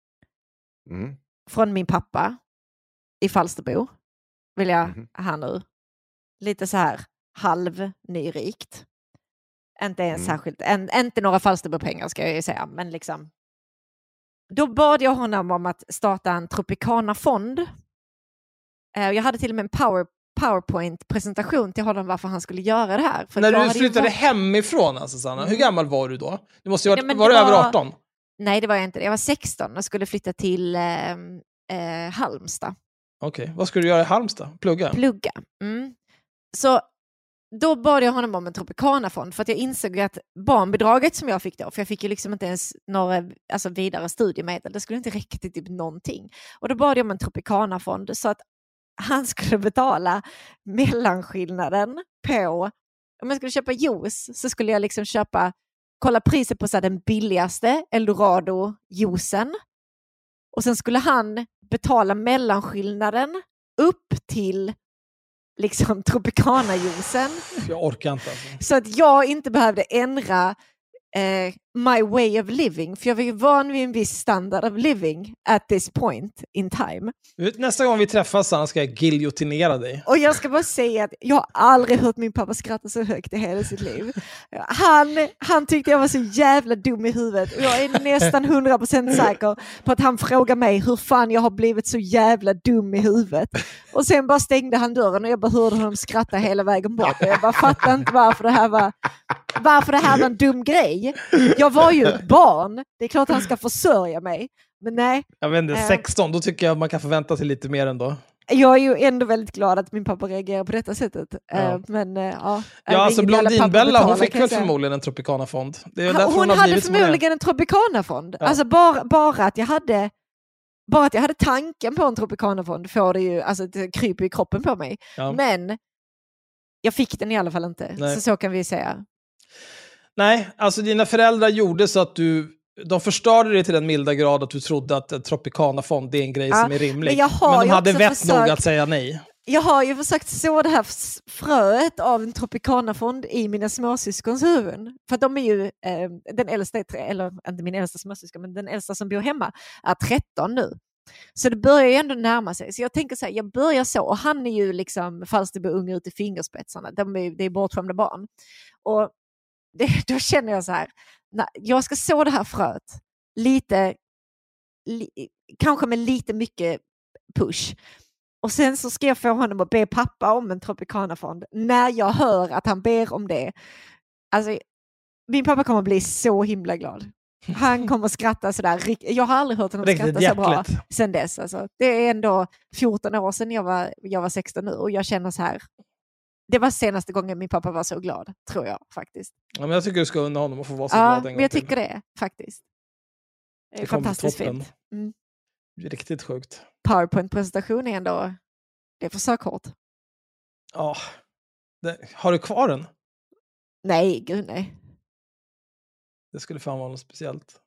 Mm. Från min pappa. I Falsterbo. Vill jag Mm. här nu. Lite så här halvnyrikt. Inte ens Mm. särskilt. En, inte några Falsterbo-pengar ska jag ju säga. Men liksom. Då bad jag honom om att starta en Tropicana-fond. Eh, jag hade till och med en power, PowerPoint-presentation till honom varför han skulle göra det här. För när jag du hade flyttade ju... hemifrån, alltså, Sanna, Mm. hur gammal var du då? Du måste ju ha varit, Ja, men var du det över var- arton? Nej, det var jag inte. Jag var sexton och skulle flytta till eh, eh, Halmstad. Okej, vad skulle du göra i Halmstad? Plugga? Plugga. Mm. Så då bad jag honom om en Tropicana-fond för att jag insåg att barnbidraget som jag fick då, för jag fick ju liksom inte ens några alltså vidare studiemedel, det skulle inte räcka till typ någonting. Och då bad jag om en Tropicana-fond så att han skulle betala mellanskillnaden på, om jag skulle köpa juice så skulle jag liksom köpa, kolla priset på så här, den billigaste Eldorado-juicen. Och sen skulle han betala mellanskillnaden upp till liksom Tropicana-juicen. Jag orkar inte. Alltså. Så att jag inte behövde ändra eh, my way of living. För jag var ju van vid en viss standard of living at this point in time. Nästa gång vi träffas, Sanna, ska jag giljotinera dig. Och jag ska bara säga att jag har aldrig hört min pappa skratta så högt i hela sitt liv. Han, han tyckte jag var så jävla dum i huvudet. Och jag är nästan hundra procent säker på att han frågar mig hur fan jag har blivit så jävla dum i huvudet. Och sen bara stängde han dörren och jag bara hörde honom skratta hela vägen bort. Och jag bara fattade inte varför det här var, varför det här var en dum grej. Jag var ju ett barn. Det är klart han ska försörja mig. Men nej. Jag vet inte, äh, sexton, då tycker jag att man kan förvänta sig lite mer ändå. Jag är ju ändå väldigt glad att min pappa reagerar på detta sättet. Ja, uh, men uh, ja. Ja, alltså Blondinbella, hon fick väl förmodligen en Tropicana-fond. Det är hon hon har hade förmodligen en Tropicana-fond. Ja. Alltså bara, bara att jag hade bara att jag hade tanken på en Tropicana-fond får det ju, alltså det kryper i kroppen på mig. Ja. Men jag fick den i alla fall inte. Nej. Så så kan vi säga. Nej, alltså dina föräldrar gjorde så att du de förstörde det till den milda grad att du trodde att en Tropicana-fond är en grej ja, som är rimlig. Men, men de hade vett försökt, nog att säga nej. Jag har ju försökt så det här fröet av en Tropicana-fond i mina småsyskons huvuden. För att de är ju, eh, den äldsta, eller inte min äldsta småsyskon, men den äldsta som bor hemma är tretton nu. Så det börjar ju ändå närma sig. Så jag tänker så här, jag börjar så. Och han är ju liksom Falsterbo unge ut i fingerspetsarna. De är, det är bortskämda barn. Och det, då känner jag så här, när jag ska så det här fröet lite, li, kanske med lite mycket push. Och sen så ska jag få honom att be pappa om en Tropicana-fond. När jag hör att han ber om det. Alltså, min pappa kommer bli så himla glad. Han kommer skratta sådär. Jag har aldrig hört honom skratta så bra sen dess. Alltså, det är ändå fjorton år sedan jag var, jag var sexton nu. Och jag känner så här. Det var senaste gången min pappa var så glad, tror jag faktiskt. Ja, men jag tycker du ska unna honom att få vara så ja, glad en gång men jag till. tycker det, faktiskt. Det är det fantastiskt fint. Mm. Riktigt sjukt. PowerPoint-presentation är ändå, det är för sökhårt. Ja. Det, har du kvar den? Nej, gud nej. Det skulle fan vara något speciellt.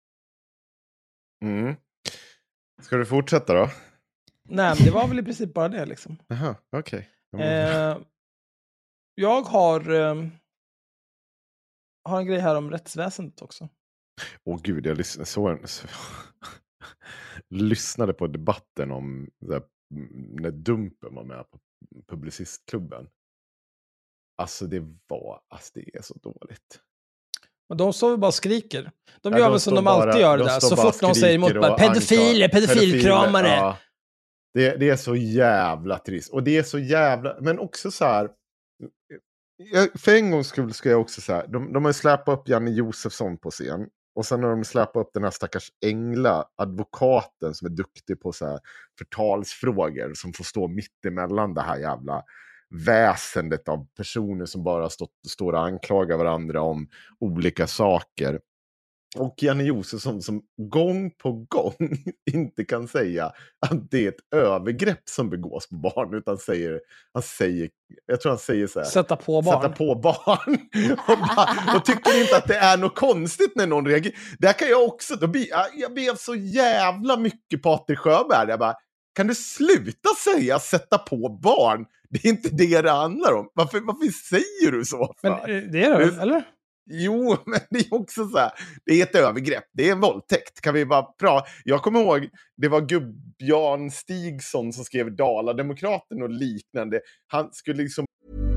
Mm. Ska du fortsätta då? Nej, men det var väl i princip bara det liksom. Jaha, okej. Okay. Eh, jag har eh, har en grej här om rättsväsendet också. Åh gud, jag lyssnade, så en, så, lyssnade på debatten om där, när Dumpen var med på Publicistklubben. Alltså det var, alltså det är så dåligt. Och de står väl bara och skriker. De Ja, gör de väl som står de bara- alltid gör de det där. står Så bara fort någon säger emot skriker bara och pedofiler, anklagar- pedofilkramare. Ja. Det, det är så jävla trist. Och det är så jävla... Men också så här... Jag, för en gångs skull ska jag också säga... De, de har ju släpat upp Janne Josefsson på scen. Och sen har de släpat upp den här stackars Engla, advokaten som är duktig på så här förtalsfrågor. Som får stå mitt emellan det här jävla väsendet av personer som bara stått, står och anklagar varandra om olika saker. Och Janne Josefsson som gång på gång inte kan säga att det är ett övergrepp som begås på barn, utan säger, han säger, jag tror han säger så här, Sätta på barn. Sätta på barn. och, bara, och tycker inte att det är något konstigt när någon reagerar. Där kan jag också, då blir, jag blev så jävla mycket Patrik Sjöberg. Jag bara, kan du sluta säga sätta på barn? Det är inte det det handlar om. Varför, varför säger du så? För? Men det är det, eller? Jo, men det är också så här, det är ett övergrepp, det är en våldtäkt. Kan vi bara prata? Jag kommer ihåg, det var Gubb-Jan Stigson som skrev Dala-Demokraten och liknande. Han skulle liksom...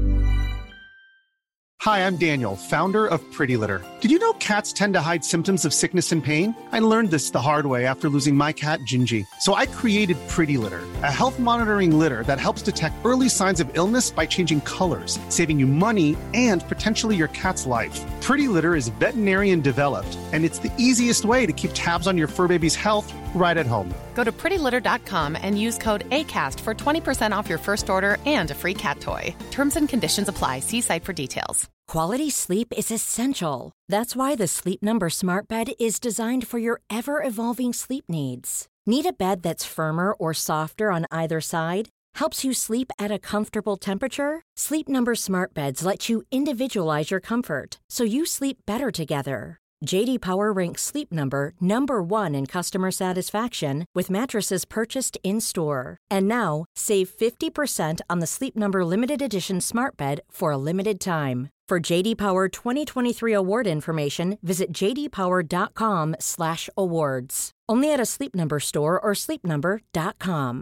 Hi, I'm Daniel, founder of Pretty Litter. Did you know cats tend to hide symptoms of sickness and pain? I learned this the hard way after losing my cat, Gingy. So I created Pretty Litter, a health monitoring litter that helps detect early signs of illness by changing colors, saving you money and potentially your cat's life. Pretty Litter is veterinarian developed, and it's the easiest way to keep tabs on your fur baby's health right at home. Go to pretty litter dot com and use code ACAST for twenty percent off your first order and a free cat toy. Terms and conditions apply. See site for details. Quality sleep is essential. That's why the Sleep Number Smart Bed is designed for your ever-evolving sleep needs. Need a bed that's firmer or softer on either side? Helps you sleep at a comfortable temperature? Sleep Number Smart Beds let you individualize your comfort, so you sleep better together. J D Power ranks Sleep Number number one in customer satisfaction with mattresses purchased in-store. And now, save fifty percent on the Sleep Number Limited Edition Smart Bed for a limited time. For J D Power twenty twenty-three award information, visit j d power dot com slash awards. Only at a Sleep Number store or sleep number dot com.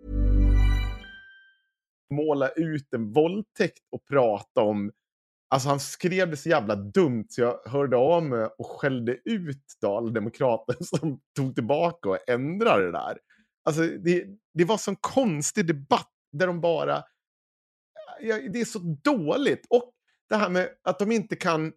Måla ut en våldtäkt och prata om... Alltså han skrev det så jävla dumt så jag hörde av mig och skällde ut Dala-Demokraten som tog tillbaka och ändrade det där. Alltså det, det var sån konstig debatt där de bara... Ja, det är så dåligt. Och det här med att de inte kan...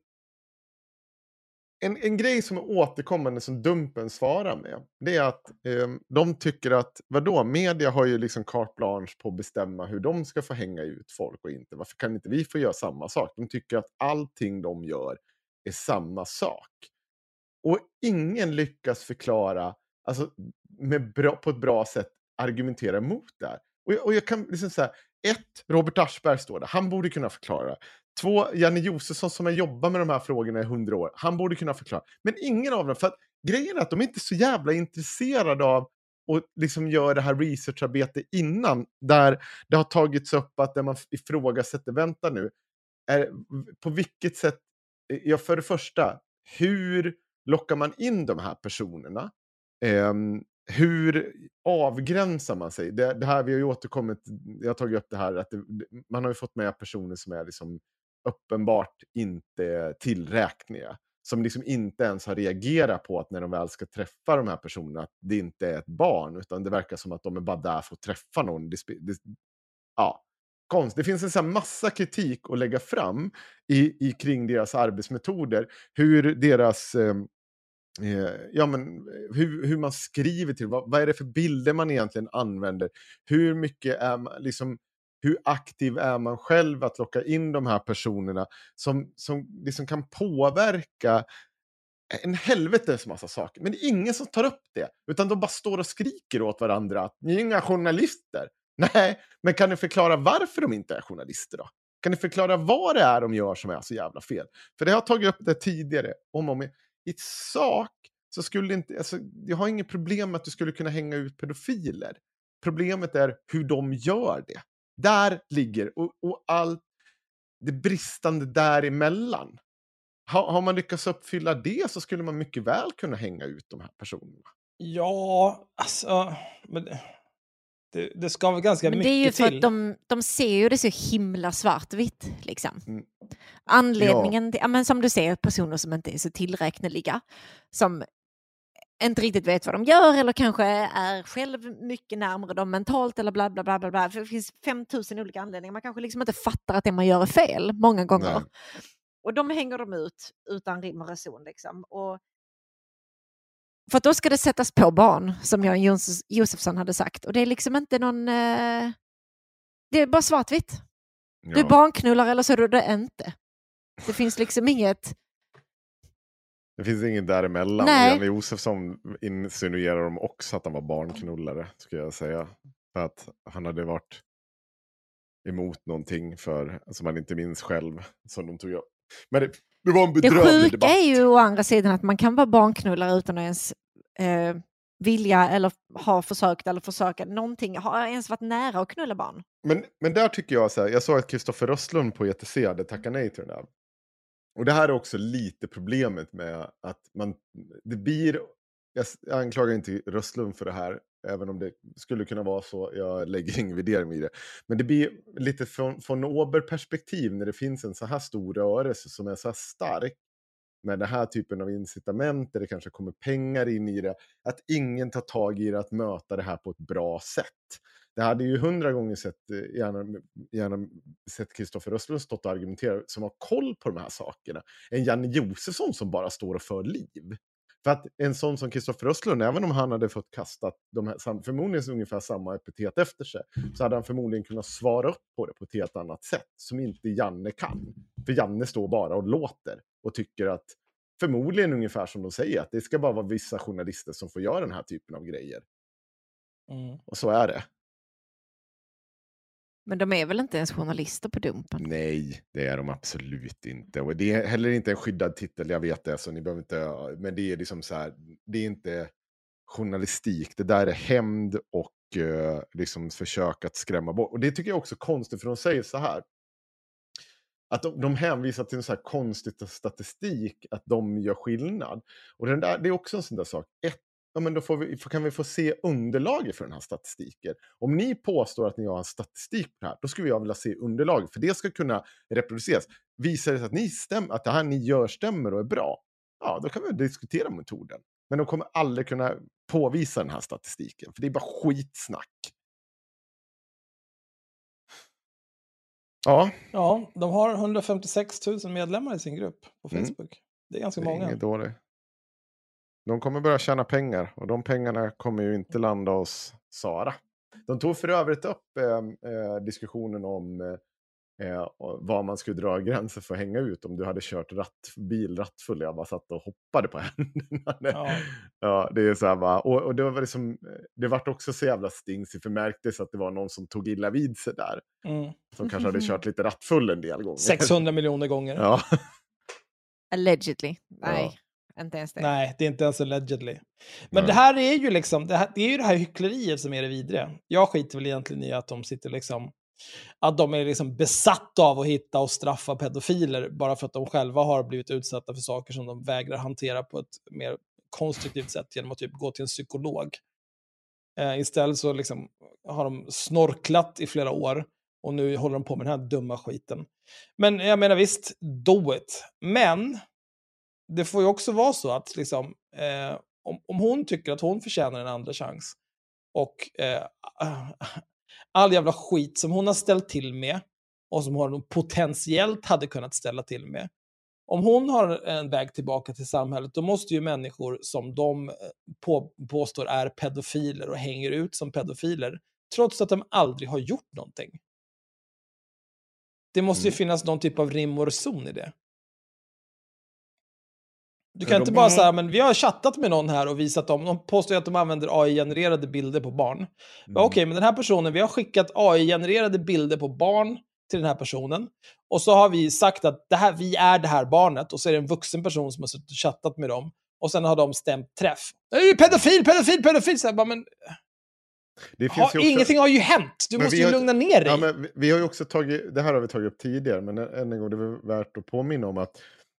En, en grej som är återkommande som Dumpen svarar med, det är att eh, de tycker att, vadå, media har ju liksom carte blanche på att bestämma hur de ska få hänga ut folk och inte. Varför kan inte vi få göra samma sak? De tycker att allting de gör är samma sak. Och ingen lyckas förklara, alltså med bra, på ett bra sätt argumentera emot det här. Och jag, och jag kan liksom säga, ett, Robert Aschberg står där, han borde kunna förklara. Två, Janne Josefsson som har jobbat med de här frågorna i hundra år, han borde kunna förklara. Men ingen av dem, för att grejen är att de är inte så jävla intresserade av att liksom göra det här researcharbete innan, där det har tagits upp att det man ifrågasätter, vänta nu, är, på vilket sätt, ja för det första, hur lockar man in de här personerna? Um, hur avgränsar man sig? Det, det här vi har ju återkommit, jag har tagit upp det här, att det, man har ju fått med personer som är liksom uppenbart inte tillräkniga. Som liksom inte ens har reagerat på att när de väl ska träffa de här personerna, att det inte är ett barn, utan det verkar som att de är bara där för att träffa någon. Det, det, ja, konst. Det finns en sån här massa kritik att lägga fram i, i kring deras arbetsmetoder. Hur deras... Eh, Ja, men hur, hur man skriver till, vad, vad är det för bilder man egentligen använder, hur mycket är man, liksom, hur aktiv är man själv att locka in de här personerna som, som liksom kan påverka en helvetes massa saker, men det är ingen som tar upp det, utan de bara står och skriker åt varandra att ni är inga journalister. Nej, men kan ni förklara varför de inte är journalister då? Kan ni förklara vad det är de gör som är så jävla fel? För det har jag tagit upp det tidigare om och om. I ett sak så skulle inte, alltså, jag har inget problem med att du skulle kunna hänga ut pedofiler. Problemet är hur de gör det. Där ligger, och, och allt det bristande däremellan. Har, har man lyckats uppfylla det så skulle man mycket väl kunna hänga ut de här personerna. Ja, alltså... Men, Det, det ska vara ganska men mycket till. Det är ju för till. att de, de ser ju det så himla svartvitt. Liksom. Mm. Anledningen, ja. Till, ja, men som du säger, personer som inte är så tillräkneliga. Som inte riktigt vet vad de gör eller kanske är själv mycket närmare dem mentalt eller bla bla bla bla. bla. För det finns femtusen olika anledningar. Man kanske liksom inte fattar att det man gör är fel många gånger. Nej. Och de hänger de ut utan rim och reson. Liksom. Och för att då ska det sättas på barn, som Jan Josefsson hade sagt. Och det är liksom inte någon... Eh, det är bara svartvitt. Ja. Du är barnknullar eller så är du det inte. Det finns liksom inget... Det finns inget däremellan. Nej. Jan Josefsson insinuerar dem också att han var barnknullare, skulle jag säga. För att han hade varit emot någonting för, som man inte minns själv, som de tog upp. Men det, det var en bedrövlig debatt. Det sjuka är ju å andra sidan att man kan vara barnknullare utan att ens eh, vilja eller ha försökt eller försöka någonting. Har ens varit nära att knulla barn? Men, men där tycker jag så här, jag såg att Kristoffer Röstlund på E T C hade tackat nej till den där. Och det här är också lite problemet med att man, det blir, jag anklagar inte Röstlund för det här, även om det skulle kunna vara så, jag lägger ingen värdering i det. Men det blir lite från, från Ober-perspektiv när det finns en så här stor rörelse som är så här stark med den här typen av incitament där det kanske kommer pengar in i det, att ingen tar tag i det att möta det här på ett bra sätt. Det hade ju hundra gånger sett, gärna, gärna sett Kristoffer Röstlund stått och argumentera som har koll på de här sakerna. En Jan Josefsson som bara står och för liv. För att en sån som Kristoffer Röstlund, även om han hade fått kastat de här, förmodligen ungefär samma epitet efter sig, så hade han förmodligen kunnat svara upp på det på ett helt annat sätt som inte Janne kan. För Janne står bara och låter och tycker att förmodligen ungefär som de säger, att det ska bara vara vissa journalister som får göra den här typen av grejer. Mm. Och så är det. Men de är väl inte ens journalister på Dumpen? Nej, det är de absolut inte. Och det är heller inte en skyddad titel, jag vet det. Så ni behöver inte, men det är liksom så här, det är inte journalistik. Det där är hämnd och uh, liksom försök att skrämma bort. Och det tycker jag också är konstigt, för de säger så här. Att de, de hänvisar till en så här konstig statistik, att de gör skillnad. Och den där, det är också en sån där sak. Ett, ja, men då får vi, kan vi få se underlaget för den här statistiken. Om ni påstår att ni har en statistik på det här, då skulle jag vilja se underlaget. För det ska kunna reproduceras. Visar det att, ni stäm, att det här ni gör stämmer och är bra, ja, då kan vi diskutera metoden. Men de kommer aldrig kunna påvisa den här statistiken. För det är bara skitsnack. Ja. Ja, de har hundrafemtiosex tusen medlemmar i sin grupp på Facebook. Mm. Det är ganska det är många. Inget dåligt. De kommer börja tjäna pengar. Och de pengarna kommer ju inte landa hos Sara. De tog för övrigt upp eh, eh, diskussionen om eh, vad man skulle dra gränser för att hänga ut. Om du hade kört ratt, bil rattfull. Jag bara satt och hoppade på händerna. Ja. Ja, det är så här bara. Och, och det var liksom, det var också så jävla stingsigt. För märktes att det var någon som tog illa vid sig där. Mm. Som kanske hade kört lite rattfull en del gånger. sexhundra miljoner gånger. Ja. Allegedly. Nej. Ja. Inte ens det. Nej, det är inte ens allegedly. Men Nej. det här är ju liksom, det, här, det är ju det här hyckleriet som är det vidriga. Jag skiter väl egentligen i att de sitter liksom, att de är liksom besatta av att hitta och straffa pedofiler bara för att de själva har blivit utsatta för saker som de vägrar hantera på ett mer konstruktivt sätt genom att typ gå till en psykolog. Eh, istället så liksom har de snorklat i flera år och nu håller de på med den här dumma skiten. Men jag menar visst, do it. Men det får ju också vara så att liksom, eh, om, om hon tycker att hon förtjänar en andra chans och eh, all jävla skit som hon har ställt till med och som hon potentiellt hade kunnat ställa till med. Om hon har en väg tillbaka till samhället, då måste ju människor som de på, påstår är pedofiler och hänger ut som pedofiler, trots att de aldrig har gjort någonting. Det måste ju finnas någon typ av rim och reson i det. Du kan inte bara säga, men vi har chattat med någon här och visat dem, de påstår att de använder A I-genererade bilder på barn. Mm. Okej, okay, men den här personen, vi har skickat A I-genererade bilder på barn till den här personen. Och så har vi sagt att det här, vi är det här barnet, och så är det en vuxen person som har chattat med dem. Och sen har de stämt träff. Pedofil, pedofil, pedofil! Så här, bara, men... Det finns ha, också... Ingenting har ju hänt. Du men måste ju har... lugna ner dig. Ja, men vi, vi har ju också tagit, det här har vi tagit upp tidigare, men än en gång det är värt att påminna om att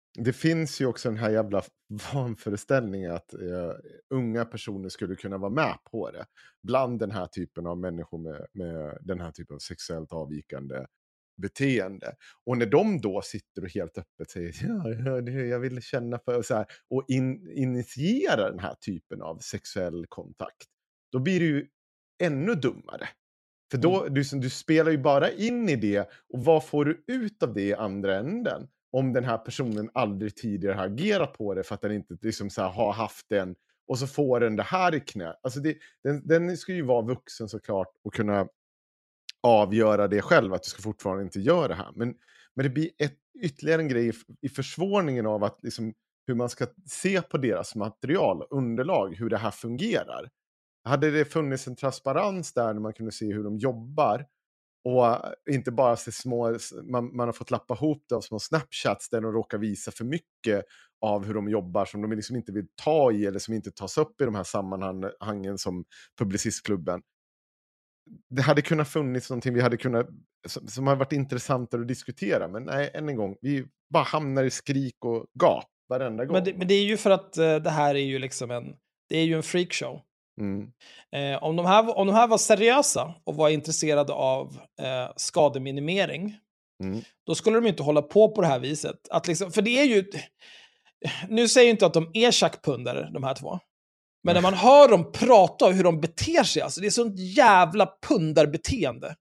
det finns ju också den här jävla vanföreställningen att uh, unga personer skulle kunna vara med på det. Bland den här typen av människor med, med den här typen av sexuellt avvikande beteende. Och när de då sitter och helt öppet säger ja, jag vill känna för så här, och in, initiera den här typen av sexuell kontakt, då blir det ju ännu dummare. För då, mm. du, du spelar ju bara in i det, och vad får du ut av det i andra änden? Om den här personen aldrig tidigare har agerat på det för att den inte liksom så här, har haft den, och så får den det här i knä. Alltså det, den, den ska ju vara vuxen såklart och kunna avgöra det själv, att du ska fortfarande inte göra det här. Men, men det blir ett, ytterligare en grej i, i försvårningen av att liksom, hur man ska se på deras material, underlag, hur det här fungerar. Hade det funnits en transparens där när man kunde se hur de jobbar, och inte bara se små, man, man har fått lappa ihop det av små Snapchats där de råkar visa för mycket av hur de jobbar som de liksom inte vill ta i, eller som inte tas upp i de här sammanhangen som Publicistklubben. Det hade kunnat funnits någonting vi hade kunnat, som, som har varit intressantare att diskutera, men nej, än en gång, vi bara hamnar i skrik och gap varenda gång. Men det, men det är ju för att uh, det här är ju liksom en, det är ju en freakshow. Mm. Eh, om, de här, om de här var seriösa och var intresserade av eh, skademinimering, mm. då skulle de inte hålla på på det här viset. Att liksom, för det är ju, nu säger jag inte att de är tjackpundare, de här två. Men när man hör dem prata och hur de beter sig, alltså det är sånt jävla pundarbeteende.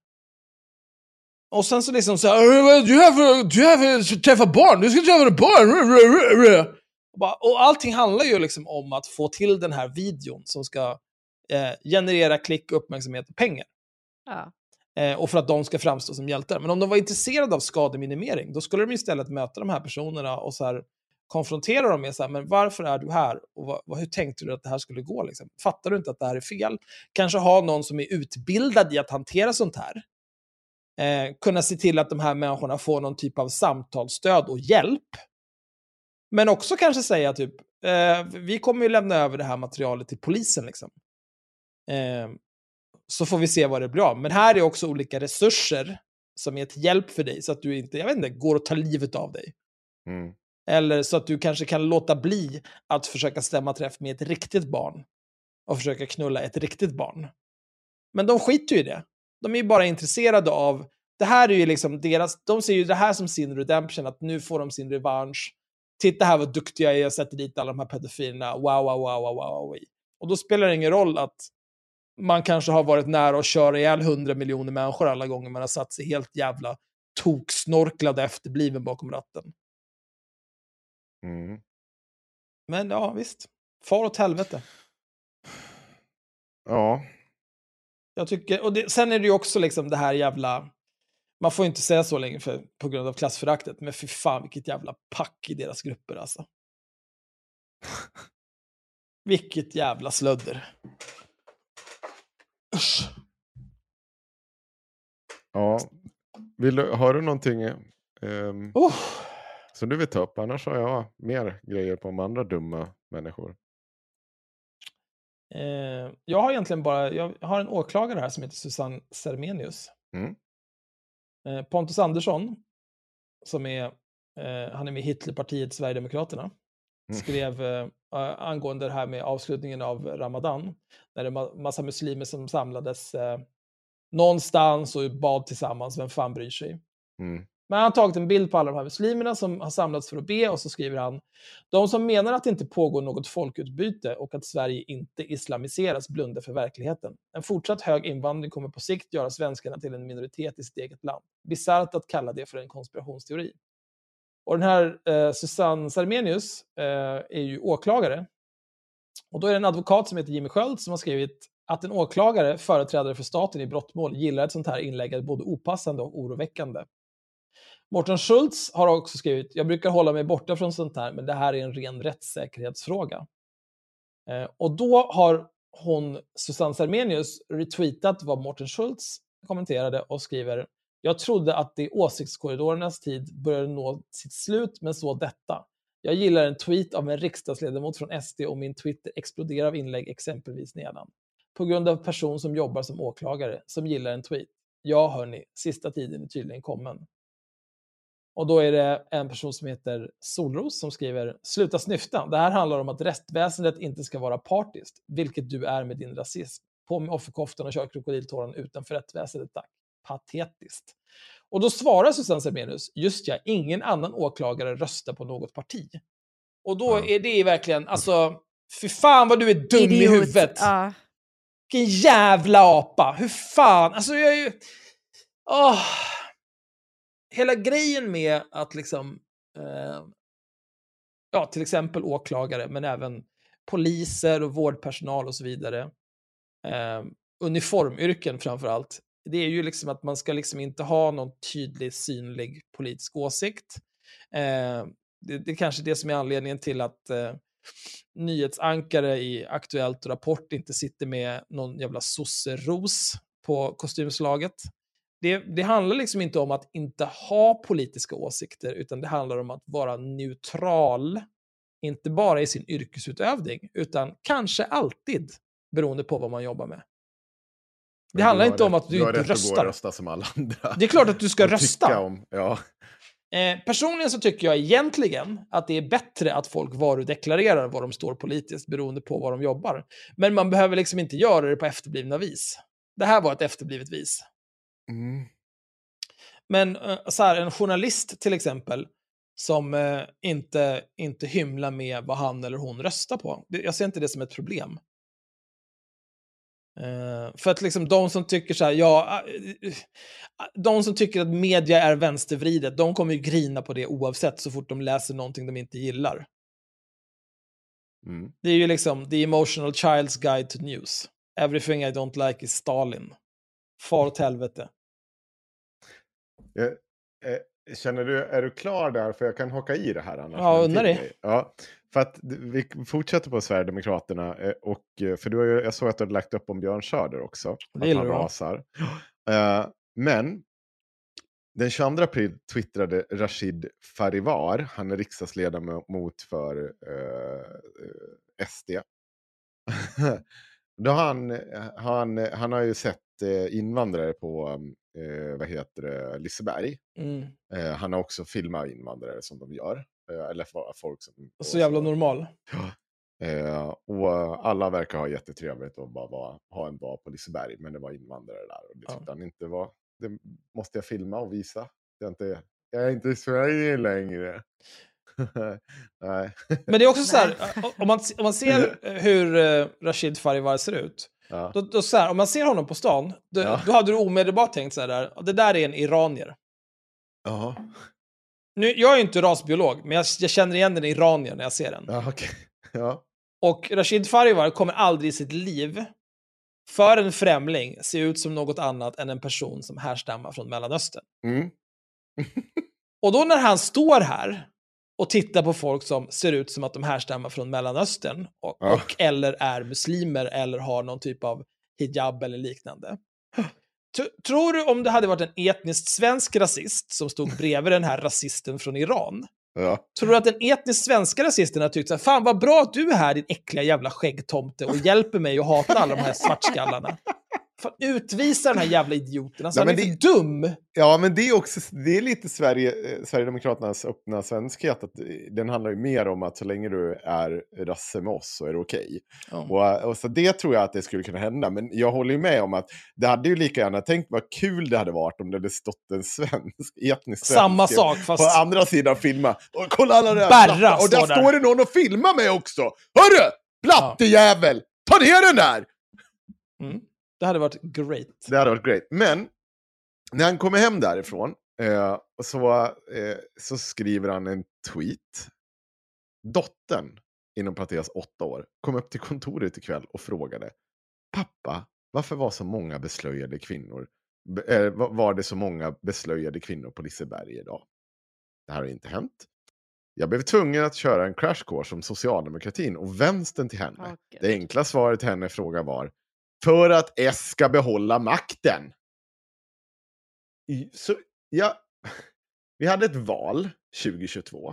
Och sen så liksom så här, du har du har träffa barn, du ska träffa barn. Och allting handlar ju liksom om att få till den här videon som ska eh, generera klick, uppmärksamhet och pengar. Ja. Eh, och för att de ska framstå som hjältar. Men om de var intresserade av skademinimering, då skulle de istället möta de här personerna och så här konfrontera dem med så här, men varför är du här? Och vad, vad, hur tänkte du att det här skulle gå? Liksom? Fattar du inte att det här är fel? Kanske ha någon som är utbildad i att hantera sånt här. Eh, kunna se till att de här människorna får någon typ av samtalsstöd och hjälp. Men också kanske säga typ, eh, vi kommer ju lämna över det här materialet till polisen liksom. Eh, så får vi se vad det blir av. Men här är också olika resurser som är till hjälp för dig så att du inte, jag vet inte, går och tar livet av dig. Mm. Eller så att du kanske kan låta bli att försöka stämma träff med ett riktigt barn och försöka knulla ett riktigt barn. Men de skiter ju i det. De är ju bara intresserade av, det här är ju liksom deras, de ser ju det här som sin redemption, att nu får de sin revansch. Titta här vad duktiga jag är, sätter dit alla de här pedofilerna. Wow, wow, wow, wow, wow. Och då spelar det ingen roll att man kanske har varit nära att köra ihjäl hundra miljoner människor alla gånger man har satt sig helt jävla toksnorklade efterbliven bakom ratten. Mm. Men ja, visst. Far åt helvete. Ja. Jag tycker, och det, sen är det ju också liksom det här jävla, man får inte säga så länge för, på grund av klassföraktet, men för fan vilket jävla pack i deras grupper alltså. Vilket jävla slödder. Usch. Ja. Vill du, har du någonting um, oh. som du vill ta upp? Annars har jag mer grejer på de andra dumma människor. Eh, jag har egentligen bara, jag har en åklagare här som heter Susanne Sermenius. Mm. Eh, Pontus Andersson, som är, eh, han är med i Hitlerpartiet Sverigedemokraterna, mm. skrev eh, angående det här med avslutningen av Ramadan, när det var massa muslimer som samlades eh, någonstans och bad tillsammans, vem fan bryr sig. Mm. Men han har tagit en bild på alla de här muslimerna som har samlats för att be, och så skriver han: de som menar att det inte pågår något folkutbyte och att Sverige inte islamiseras blundar för verkligheten. En fortsatt hög invandring kommer på sikt göra svenskarna till en minoritet i sitt eget land. Bisarrt att kalla det för en konspirationsteori. Och den här eh, Susanne Sermenius eh, är ju åklagare. Och då är det en advokat som heter Jimmy Sköld som har skrivit att en åklagare, företrädare för staten i brottmål, gillar ett sånt här inlägg både opassande och oroväckande. Morten Schultz har också skrivit: jag brukar hålla mig borta från sånt här, men det här är en ren rättssäkerhetsfråga. Eh, och då har hon, Susanne Sermenius, retweetat vad Morten Schultz kommenterade och skriver: jag trodde att det åsiktskorridorernas tid började nå sitt slut, men så detta. Jag gillar en tweet av en riksdagsledamot från S D och min Twitter exploderar av inlägg exempelvis nedan. På grund av person som jobbar som åklagare som gillar en tweet. Ja hörni, sista tiden är tydligen kommen. Och då är det en person som heter Solros som skriver: sluta snyfta. Det här handlar om att rättsväsendet inte ska vara partiskt, vilket du är med din rasism. På med offerkoftan och kör krokodiltåren utanför rättsväsendet, tack. Patetiskt. Och då svarar Susanne Sermenius: just ja, ingen annan åklagare röstar på något parti. Och då mm. är det verkligen, alltså, fy fan vad du är dum Idiot. i huvudet. Ja. Vilken jävla apa. Hur fan, alltså jag är ju... Åh... Hela grejen med att liksom, eh, ja, till exempel åklagare, men även poliser och vårdpersonal och så vidare, eh, uniformyrken framförallt, det är ju liksom att man ska liksom inte ha någon tydlig, synlig politisk åsikt. Eh, det, det är kanske det som är anledningen till att eh, nyhetsankare i Aktuellt och Rapport inte sitter med någon jävla sosseros på kostymslaget. Det, det handlar liksom inte om att inte ha politiska åsikter, utan det handlar om att vara neutral, inte bara i sin yrkesutövning, utan kanske alltid, beroende på vad man jobbar med. Det handlar inte om att du, du inte röstar. Att rösta som alla andra. Det är klart att du ska rösta. Om, ja. eh, personligen så tycker jag egentligen att det är bättre att folk varudeklarerar vad de står politiskt, beroende på vad de jobbar. Men man behöver liksom inte göra det på efterblivna vis. Det här var ett efterblivet vis. Mm. Men så här, en journalist till exempel som eh, inte, inte hymlar med vad han eller hon röstar på. Jag ser inte det som ett problem. Eh, för att liksom de som tycker så här, ja, de som tycker att media är vänstervridet, de kommer ju grina på det oavsett så fort de läser någonting de inte gillar. Mm. Det är ju liksom the emotional child's guide to news. Everything I don't like is Stalin. Far åt helvete. Jag, eh, känner du, är du klar där? För jag kan haka i det här annars. Ja, undrar det. Ja, för att vi fortsätter på Sverigedemokraterna. Eh, och, för du har ju, jag såg att du hade lagt upp om Björn Söder också. Det att han rasar. Eh, men den tjugoandra april twittrade Rashid Farivar. Han är riksdagsledamot för eh, S D. Då han, han, han har ju sett eh, invandrare på eh, vad heter det, Liseberg. Mm. Eh, han har också filmat invandrare som de gör. Eh, eller folk som... Så jävla normal. Eh, och alla verkar ha jättetrevligt och bara var, ha en dag på Liseberg. Men det var invandrare där. Och det tyckte ja. han inte var... Det måste jag filma och visa. Jag är inte, jag är inte i Sverige längre. Nej. Men det är också så här, om man, om man ser hur uh, Rashid Farivar ser ut, ja. då, då så här, om man ser honom på stan, då, ja. då hade du omedelbart tänkt så här där, det där är en iranier. Ja. Nu, jag är ju inte rasbiolog, men jag, jag känner igen den iranier när jag ser den. Ja, okay. Ja. Och Rashid Farivar kommer aldrig i sitt liv för en främling se ut som något annat än en person som härstammar från Mellanöstern. Mm. Och då när han står här och tittar på folk som ser ut som att de härstammar från Mellanöstern och, ja. och eller är muslimer eller har någon typ av hijab eller liknande. T- tror du om det hade varit en etniskt svensk rasist som stod bredvid den här rasisten från Iran? Ja. Tror du att den etniskt svenska rasisten har tyckt så här, fan vad bra att du är här din äckliga jävla skäggtomte och hjälper mig att hata alla de här svartskallarna? Fan, utvisa den här jävla idioten. Alltså, ja, han är det, för dum. Ja, men det är också det är lite Sverige, Sverigedemokraternas öppna svenskhet. Att den handlar ju mer om att så länge du är rasse med oss så är det okej. Okay. Oh. Och, och så det tror jag att det skulle kunna hända. Men jag håller ju med om att det hade ju lika gärna tänkt vad kul det hade varit om det hade stått en svensk, etnisk svensk. Samma sak, fast... På andra sidan filma. Och kolla alla det Berra och där, där står det någon och filmar mig också. Hörru! Plattejävel! Ta ner den där! Mm. Det hade varit great. Det hade varit great. Men när han kommer hem därifrån eh, så, eh, så skriver han en tweet. Dottern, inom parentes åtta år, kom upp till kontoret ikväll och frågade: pappa, varför var så många beslöjade kvinnor eh, var det så många beslöjade kvinnor på Liseberg idag? Det här har inte hänt. Jag blev tvungen att köra en crash course om socialdemokratin och vänstern till henne. Oh, det enkla svaret till henne fråga var: för att S ska behålla makten. Så, ja, vi hade ett val tjugohundratjugotvå.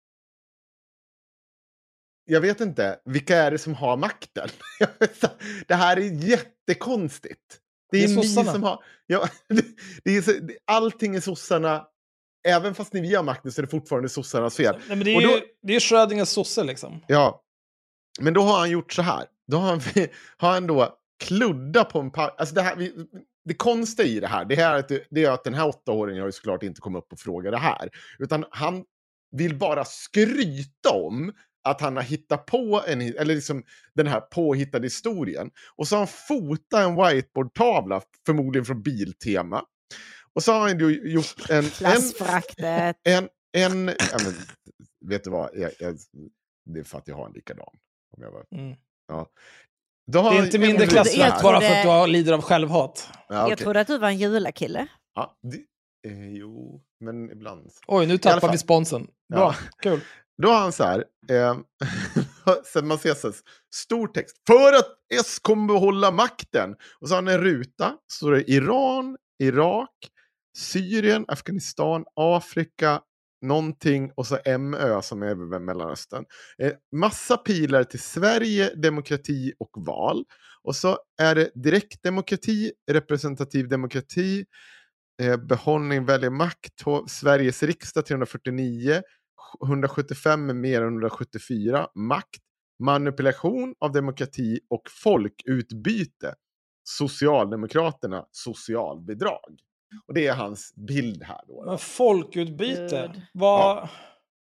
Jag vet inte, vilka är det som har makten? Det här är jättekonstigt. Det är, det är ni som har... Ja, det är, allting är sossarna även fast ni vi har makten så är det fortfarande sossarnas fel. Nej, men det är och då, ju det är Schrödingers sosse liksom. Ja, men då har han gjort så här. Då har han, har han då kluddat på en par... Alltså det, här, vi, det konstiga i det här, det, här det, det är att den här åttaåringen har ju såklart inte kommit upp och frågat det här. Utan han vill bara skryta om att han har hittat på en, eller liksom den här påhittade historien. Och så har han fotat en whiteboard-tavla, förmodligen från Biltema. Och så har han ju gjort en... Klassfraktet. En, en, en ja, men, vet du vad? Jag, jag, det är för att jag har en likadan. Om jag var, mm. ja. Det är inte mindre klassfrakt bara för att du har lider av självhat. Ja, okay. Jag trodde att du var en julakille. Ja, det, eh, jo, men ibland. Oj, nu tappar vi sponsen. Bra, ja. Kul. Då har han så här, eh, sen man ser så här, stor text. För att S kommer behålla makten. Och så har han en ruta, så det Iran, Irak, Syrien, Afghanistan, Afrika, någonting och så M Ö som är över Mellanöstern. Eh, massa pilar till Sverige, demokrati och val. Och så är det direktdemokrati, representativ demokrati, eh, behållning, välja makt, Sveriges riksdag trehundrafyrtionio, hundrasjuttiofem är mer än hundrasjuttiofyra, makt, manipulation av demokrati och folkutbyte. Socialdemokraterna, socialbidrag. Och det är hans bild här då. då. Men folkutbyte? Vad... Ja.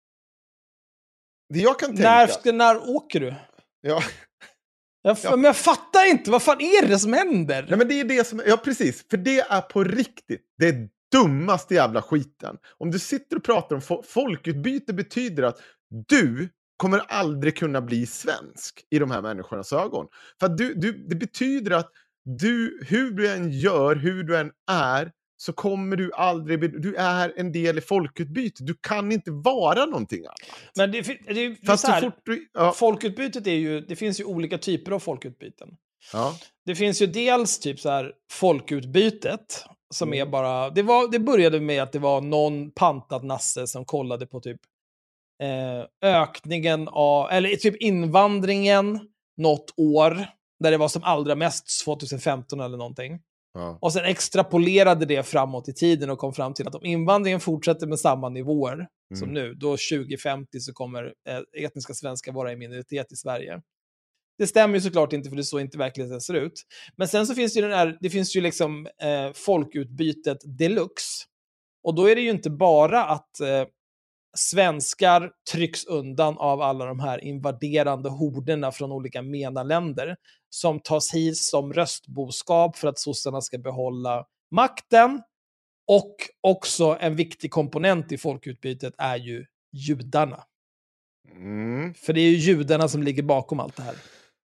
Det jag kan tänka... När, när åker du? Ja. Jag, ja. Men jag fattar inte, vad fan är det som händer? Nej, men det är det som... Ja, precis. För det är på riktigt. Det är dummaste jävla skiten. Om du sitter och pratar om fo- folkutbyte betyder att du kommer aldrig kunna bli svensk i de här människornas ögon. För att du, du, det betyder att du, hur du än gör, hur du än är, så kommer du aldrig... Du är en del i folkutbyte. Du kan inte vara någonting annat. Men det, det, det, det är så här, så fort du, ja. Folkutbytet är ju... Det finns ju olika typer av folkutbyten. Ja. Det finns ju dels typ så här folkutbytet som mm. är bara... Det, var, det började med att det var någon pantad nasse som kollade på typ eh, ökningen av... Eller typ invandringen något år där det var som allra mest tjugohundrafemton eller någonting. Ja. Och sen extrapolerade det framåt i tiden och kom fram till att om invandringen fortsätter med samma nivåer mm. som nu, då tjugo femtio så kommer eh, etniska svenskar vara i minoritet i Sverige. Det stämmer ju såklart inte, för det är så inte verkligheten ser ut. Men sen så finns det ju den här, det finns ju liksom eh, folkutbytet deluxe. Och då är det ju inte bara att eh, svenskar trycks undan av alla de här invaderande horderna från olika MENA-länder som tas hit som röstboskap för att sossarna ska behålla makten. Och också en viktig komponent i folkutbytet är ju judarna. Mm. För det är ju judarna som ligger bakom allt det här.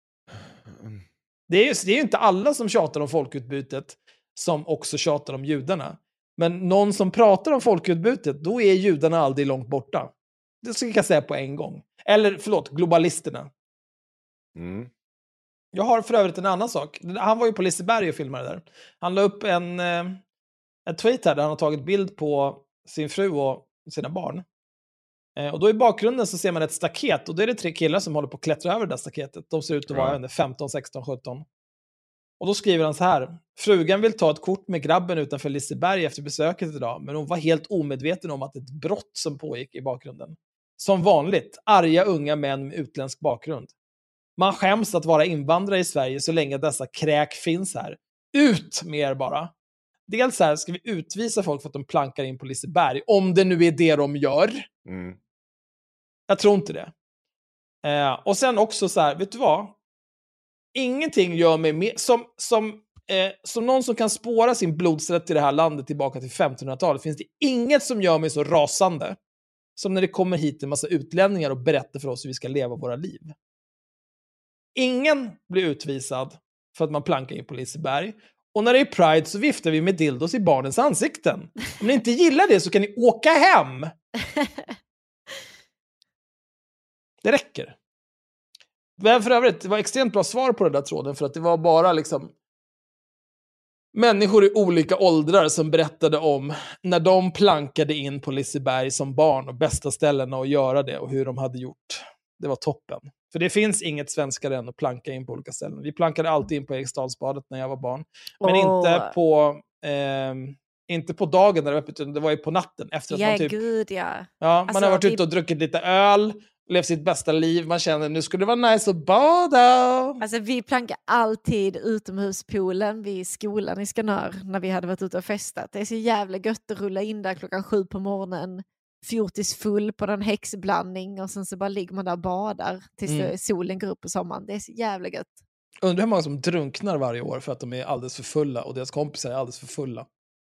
Det är ju, det är ju inte alla som tjatar om folkutbytet som också tjatar om judarna. Men någon som pratar om folkutbytet, då är judarna aldrig långt borta. Det ska jag säga på en gång. Eller, förlåt, globalisterna. Mm. Jag har för övrigt en annan sak. Han var ju på Liseberg och filmade där. Han la upp en, en tweet här där han har tagit bild på sin fru och sina barn. Och då i bakgrunden så ser man ett staket. Och då är det tre killar som håller på att klättra över det där staketet. De ser ut att vara ja. femton, sexton, sjutton. Och då skriver han så här: frugan vill ta ett kort med grabben utanför Liseberg efter besöket idag, men hon var helt omedveten om att ett brott som pågick i bakgrunden. Som vanligt, arga unga män med utländsk bakgrund. Man skäms att vara invandrare i Sverige så länge dessa kräk finns här. Ut med er bara. Dels här ska vi utvisa folk för att de plankar in på Liseberg, om det nu är det de gör. Mm. Jag tror inte det. Eh, och sen också så här, vet du vad? Ingenting gör mig mer, som, som, eh, som någon som kan spåra sin blodsrätt i det här landet tillbaka till femtonhundratalet, finns det inget som gör mig så rasande som när det kommer hit en massa utlänningar och berättar för oss hur vi ska leva våra liv. Ingen blir utvisad för att man plankar in på Liseberg. Och när det är Pride så viftar vi med dildos i barnens ansikten. Om ni inte gillar det så kan ni åka hem. Det räcker. Men för övrigt, det var extremt bra svar på den där tråden, för att det var bara liksom människor i olika åldrar som berättade om när de plankade in på Liseberg som barn och bästa ställena att göra det och hur de hade gjort. Det var toppen. För det finns inget svenskare än att planka in på olika ställen. Vi plankade alltid in på Eriksdalsbadet när jag var barn. Men oh. inte på eh, Inte på dagen när det var öppet, utan det var ju på natten. Efter att ja, man typ, gud ja. ja, man alltså, har varit vi... ute och druckit lite öl, levt sitt bästa liv. Man känner nu skulle det vara nice att bada. Alltså vi plankar alltid utomhuspoolen vid skolan i Skanör när vi hade varit ute och festat. Det är så jävla gött att rulla in där klockan sju på morgonen. Fjortis full på en häxblandning och sen så bara ligger man där och badar tills mm. solen går upp på sommaren. Det är så jävla gött. Undrar hur många som drunknar varje år för att de är alldeles för fulla och deras kompisar är alldeles för fulla.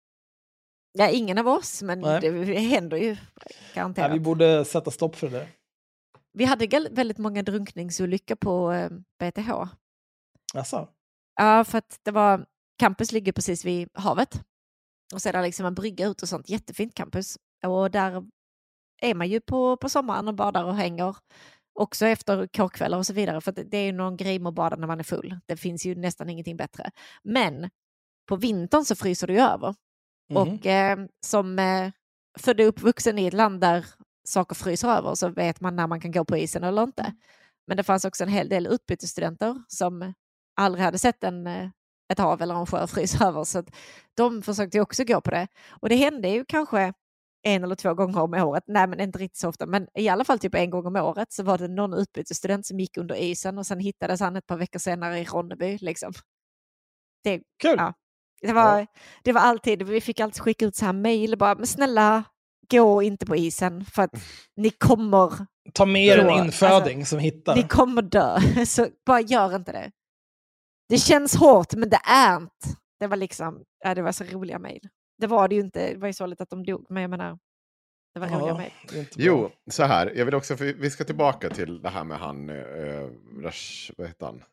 Ja, ingen av oss, men Nej. det händer ju garanterat. Ja, vi borde sätta stopp för det där. Vi hade väldigt många drunkningsolyckor på eh, B T H. Asså? Ja, för att det var, campus ligger precis vid havet. Och så är det liksom en brygga ut och sånt, jättefint campus. Och där är man ju på, på sommaren och badar och hänger. Också efter kårkvällar och så vidare. För det är ju någon grej med att bada när man är full. Det finns ju nästan ingenting bättre. Men på vintern så fryser det ju över. Mm. Och eh, som eh, född och uppvuxen i ett land där saker fryser över så vet man när man kan gå på isen eller inte. Men det fanns också en hel del utbytesstudenter som aldrig hade sett en, ett hav eller en sjö frysa över. Så att de försökte också gå på det. Och det hände ju kanske en eller två gånger om året. Nej, men inte riktigt så ofta. Men i alla fall typ en gång om året så var det någon utbytesstudent som gick under isen och sen hittades han ett par veckor senare i Ronneby. Liksom. Det, Kul! Ja, det, var, ja. det var alltid, vi fick alltid skicka ut så här mejl bara, men snälla, gå inte på isen för att ni kommer... Ta med er en inföding alltså, som hittar. Ni kommer dö, så bara gör inte det. Det känns hårt, men det är inte. Det var liksom, ja, det var så roliga mejl. Det var det ju inte, det var ju så lite att de dog, men jag menar, det var ja, roliga mejl. Jo, så här, jag vill också, för vi ska tillbaka till det här med han, uh, Rash, vad heter han?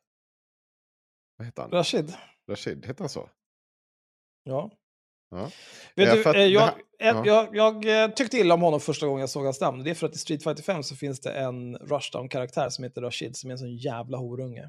Vad heter han? Rashid. Rashid, heter han så? Ja. Ja. Vet ja, du, att, jag, här, jag, ja. jag, jag tyckte illa om honom första gången jag såg hans namn. Det är för att i Street Fighter fem så finns det en Rushdown-karaktär som heter Rashid som är en sån jävla horunge.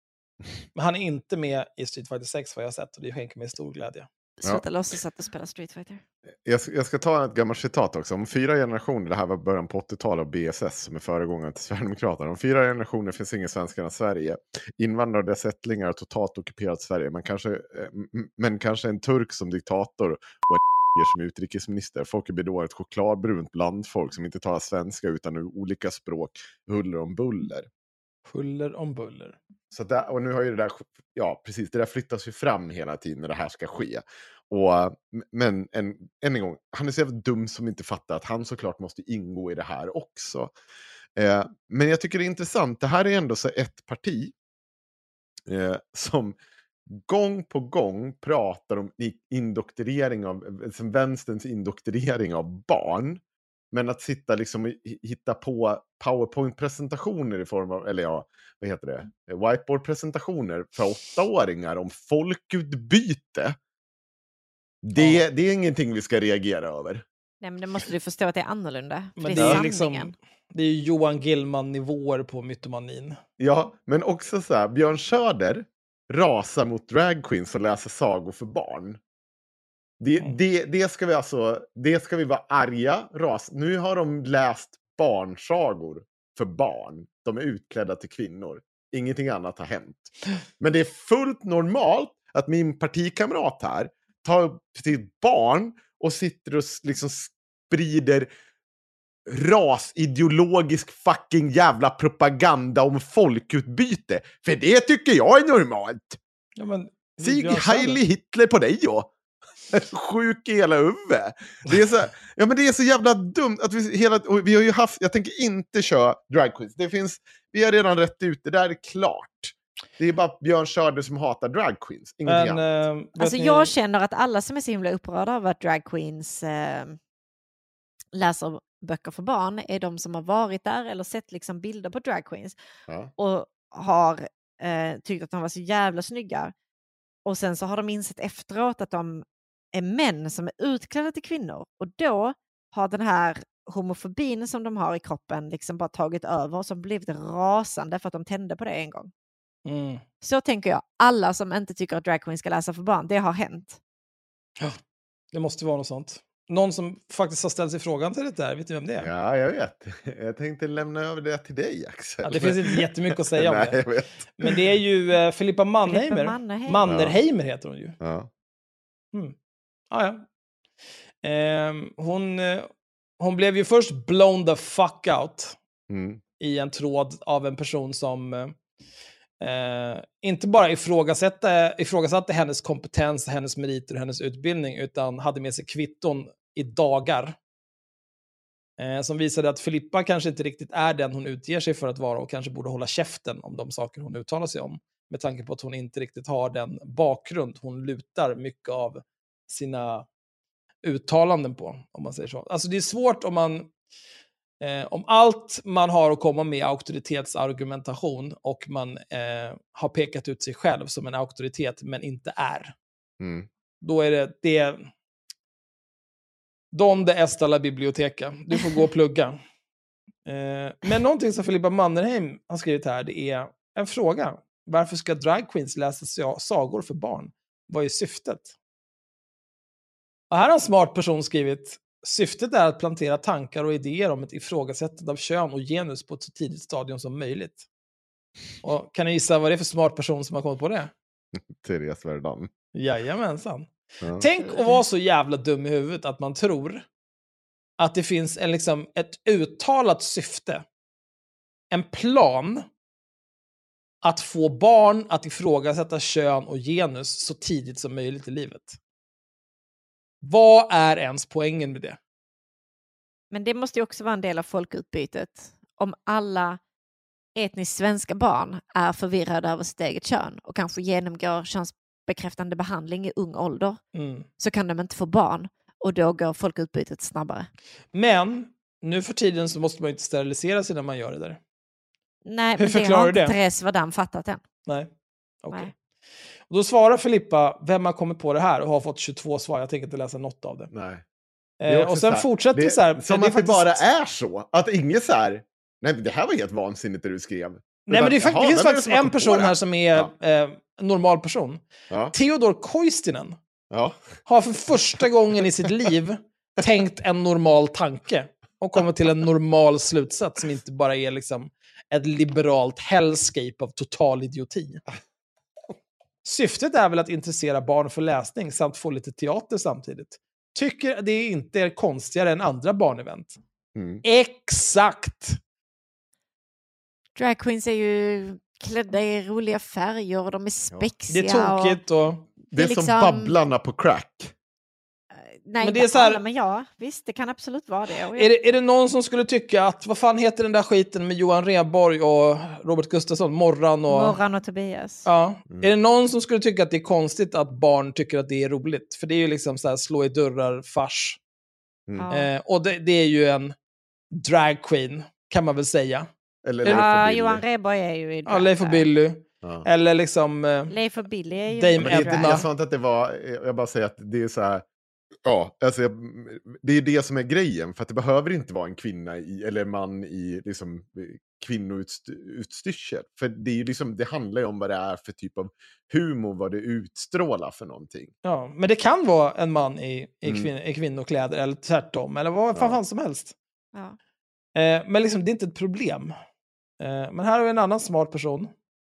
Men han är inte med i Street Fighter sex vad jag har sett och det skänker mig stor glädje. Sluta ja. låtsas att du spelar Street Fighter. Jag, jag ska ta ett gammalt citat också. Om fyra generationer, det här var början på åttiotalet av B S S som är föregångaren till Sverigedemokraterna. Om fyra generationer finns ingen svenskarna i Sverige. Invandrare och dess ättlingar har totalt ockuperat Sverige. Men kanske, men kanske en turk som diktator och en som utrikesminister. Folk blir då ett chokladbrunt blandfolk som inte talar svenska utan olika språk. Huller om buller. Huller om buller. Så där, och nu har ju det där, ja precis, det där flyttas ju fram hela tiden när det här ska ske. Och, men en, än en gång, han är så jävla dum som inte fattar att han såklart måste ingå i det här också. Eh, men jag tycker det är intressant, det här är ändå så ett parti eh, som gång på gång pratar om indoktrinering av, alltså vänsterns indoktrinering av barn. Men att sitta liksom och hitta på PowerPoint-presentationer i form av, eller ja, vad heter det? Whiteboard-presentationer för åttaåringar om folkutbyte. Det, ja. det är ingenting vi ska reagera över. Nej, men det måste du förstå att det är annorlunda. Men det, det är är liksom, det är Johan Gillman-nivåer på mytomanin. Ja, men också så här, Björn Söder rasar mot drag queens och läser sagor för barn. Det, mm. det, det, ska vi alltså, det ska vi vara arga, ras. Nu har de läst barnsagor för barn. De är utklädda till kvinnor. Ingenting annat har hänt. Men det är fullt normalt att min partikamrat här tar upp sitt barn och sitter och liksom sprider rasideologisk fucking jävla propaganda om folkutbyte. För det tycker jag är normalt. Ja, men, Sig Heili Hitler på dig, ja. Sjuk i hela huvudet. Det är så, ja, men det är så jävla dumt att vi hela och vi har ju haft, jag tänker inte köra drag queens. Det finns, vi har redan rätt ut, det där är klart. Det är bara Björn Söder som hatar drag queens. Ingenting men, annat. Äh, alltså ni... jag känner att alla som är så himla upprörda av att drag queens äh, läser böcker för barn är de som har varit där eller sett liksom bilder på drag queens ja. och har äh, tyckt att de var så jävla snygga. Och sen så har de insett efteråt att de är män som är utklädda till kvinnor. Och då har den här homofobin som de har i kroppen liksom bara tagit över och som blivit rasande för att de tände på det en gång. Mm. Så tänker jag. Alla som inte tycker att drag queen ska läsa för barn, det har hänt. Ja, det måste vara något sånt. Någon som faktiskt har ställt sig frågan till det där, vet du vem det är? Ja, jag vet. Jag tänkte lämna över det till dig, Axel. Ja, det finns inte jättemycket att säga om Nej, det. Jag vet. Men det är ju uh, Filippa Mannerheimer. Filippa Mannerheimer. Mannerheimer heter hon ju. Ja. Mm. Ah, ja. Eh, hon, hon blev ju först blown the fuck out mm. i en tråd av en person som eh, inte bara ifrågasatte, ifrågasatte hennes kompetens, hennes meriter och hennes utbildning, utan hade med sig kvitton i dagar. Eh, som visade att Filippa kanske inte riktigt är den hon utger sig för att vara och kanske borde hålla käften om de saker hon uttalar sig om. Med tanke på att hon inte riktigt har den bakgrund hon lutar mycket av sina uttalanden på, om man säger så. Alltså det är svårt om man eh, om allt man har att komma med auktoritetsargumentation och man eh, har pekat ut sig själv som en auktoritet men inte är. Mm. Då är det det Donde esta la biblioteca. Du får gå och plugga. Eh, men någonting som Filippa Mannerheim har skrivit här, det är en fråga. Varför ska drag queens läsa sagor för barn? Vad är syftet? Och här har en smart person skrivit: syftet är att plantera tankar och idéer om ett ifrågasättande av kön och genus på ett så tidigt stadium som möjligt. Och kan ni gissa vad det är för smart person som har kommit på det? Therese Verdun. Jajamensan. Ja. Tänk att vara så jävla dum i huvudet att man tror att det finns en, liksom, ett uttalat syfte, en plan att få barn att ifrågasätta kön och genus så tidigt som möjligt i livet. Vad är ens poängen med det? Men det måste ju också vara en del av folkutbytet. Om alla etniskt svenska barn är förvirrade över sitt eget kön och kanske genomgår könsbekräftande behandling i ung ålder, Mm. så kan de inte få barn och då går folkutbytet snabbare. Men nu för tiden så måste man ju inte sterilisera sig när man gör det där. Nej, Hur men det förklarar har du inte det? Therese Verdun fattat än. Nej, okej. Nej. Och då svarar Filippa, vem har kommit på det här och har fått tjugotvå svar. Jag tänker inte läsa något av det. Nej. Det är Eh, också och sen så här, fortsätter det, så här. Som det är att det faktiskt- bara är så. Att inget så här, nej det här var helt vansinnigt det du skrev. Nej, Utan, men det, är, fakt- jaha, det finns vem är faktiskt som har en kommit på person det här som är Ja. eh, en normal person. Ja. Theodor Koistinen Ja. har för första gången i sitt liv tänkt en normal tanke och kommit till en normal slutsats som inte bara är liksom ett liberalt hellscape av total idioti. Syftet är väl att intressera barn för läsning samt få lite teater samtidigt. Tycker det inte är konstigare än andra barnevent. Mm. Exakt! Drag queens är ju klädda i roliga färger och de är Det spexiga. är tokigt och... Det är, Det är som liksom- Babblarna på crack. Nej, Men det inte är så här- alla, men ja, visst, det kan absolut vara det. Och jag- Är det, är det någon som skulle tycka att, vad fan heter den där skiten med Johan Rheborg och Robert Gustafsson, Morran och... Morran och Tobias. Ja. Mm. Är det någon som skulle tycka att det är konstigt att barn tycker att det är roligt? För det är ju liksom så här slå i dörrar, fars. Mm. Ja. Eh, och det, det är ju en drag queen, kan man väl säga. Eller Eller- Leif och Ja, Billy. Johan Rheborg är ju i Ja, drag Leif och där. Billy. Ja. Eller liksom... Eh, Leif och Billy är ju Dame i Men det är inte, Edna. jag sa inte att det var, jag bara säger att det är så här, ja, alltså jag, det är det som är grejen, för att det behöver inte vara en kvinna i, eller man i liksom kvinnoutstyrsel. För det, är ju liksom, det handlar ju om vad det är för typ av humor, vad det utstrålar för någonting. ja, men det kan vara en man i, i, Mm. kvin, i kvinnokläder, eller tvärtom, eller vad fan, Ja. fan som helst. Ja. Eh, men liksom, det är inte ett problem. Eh, men här har vi en annan smart person.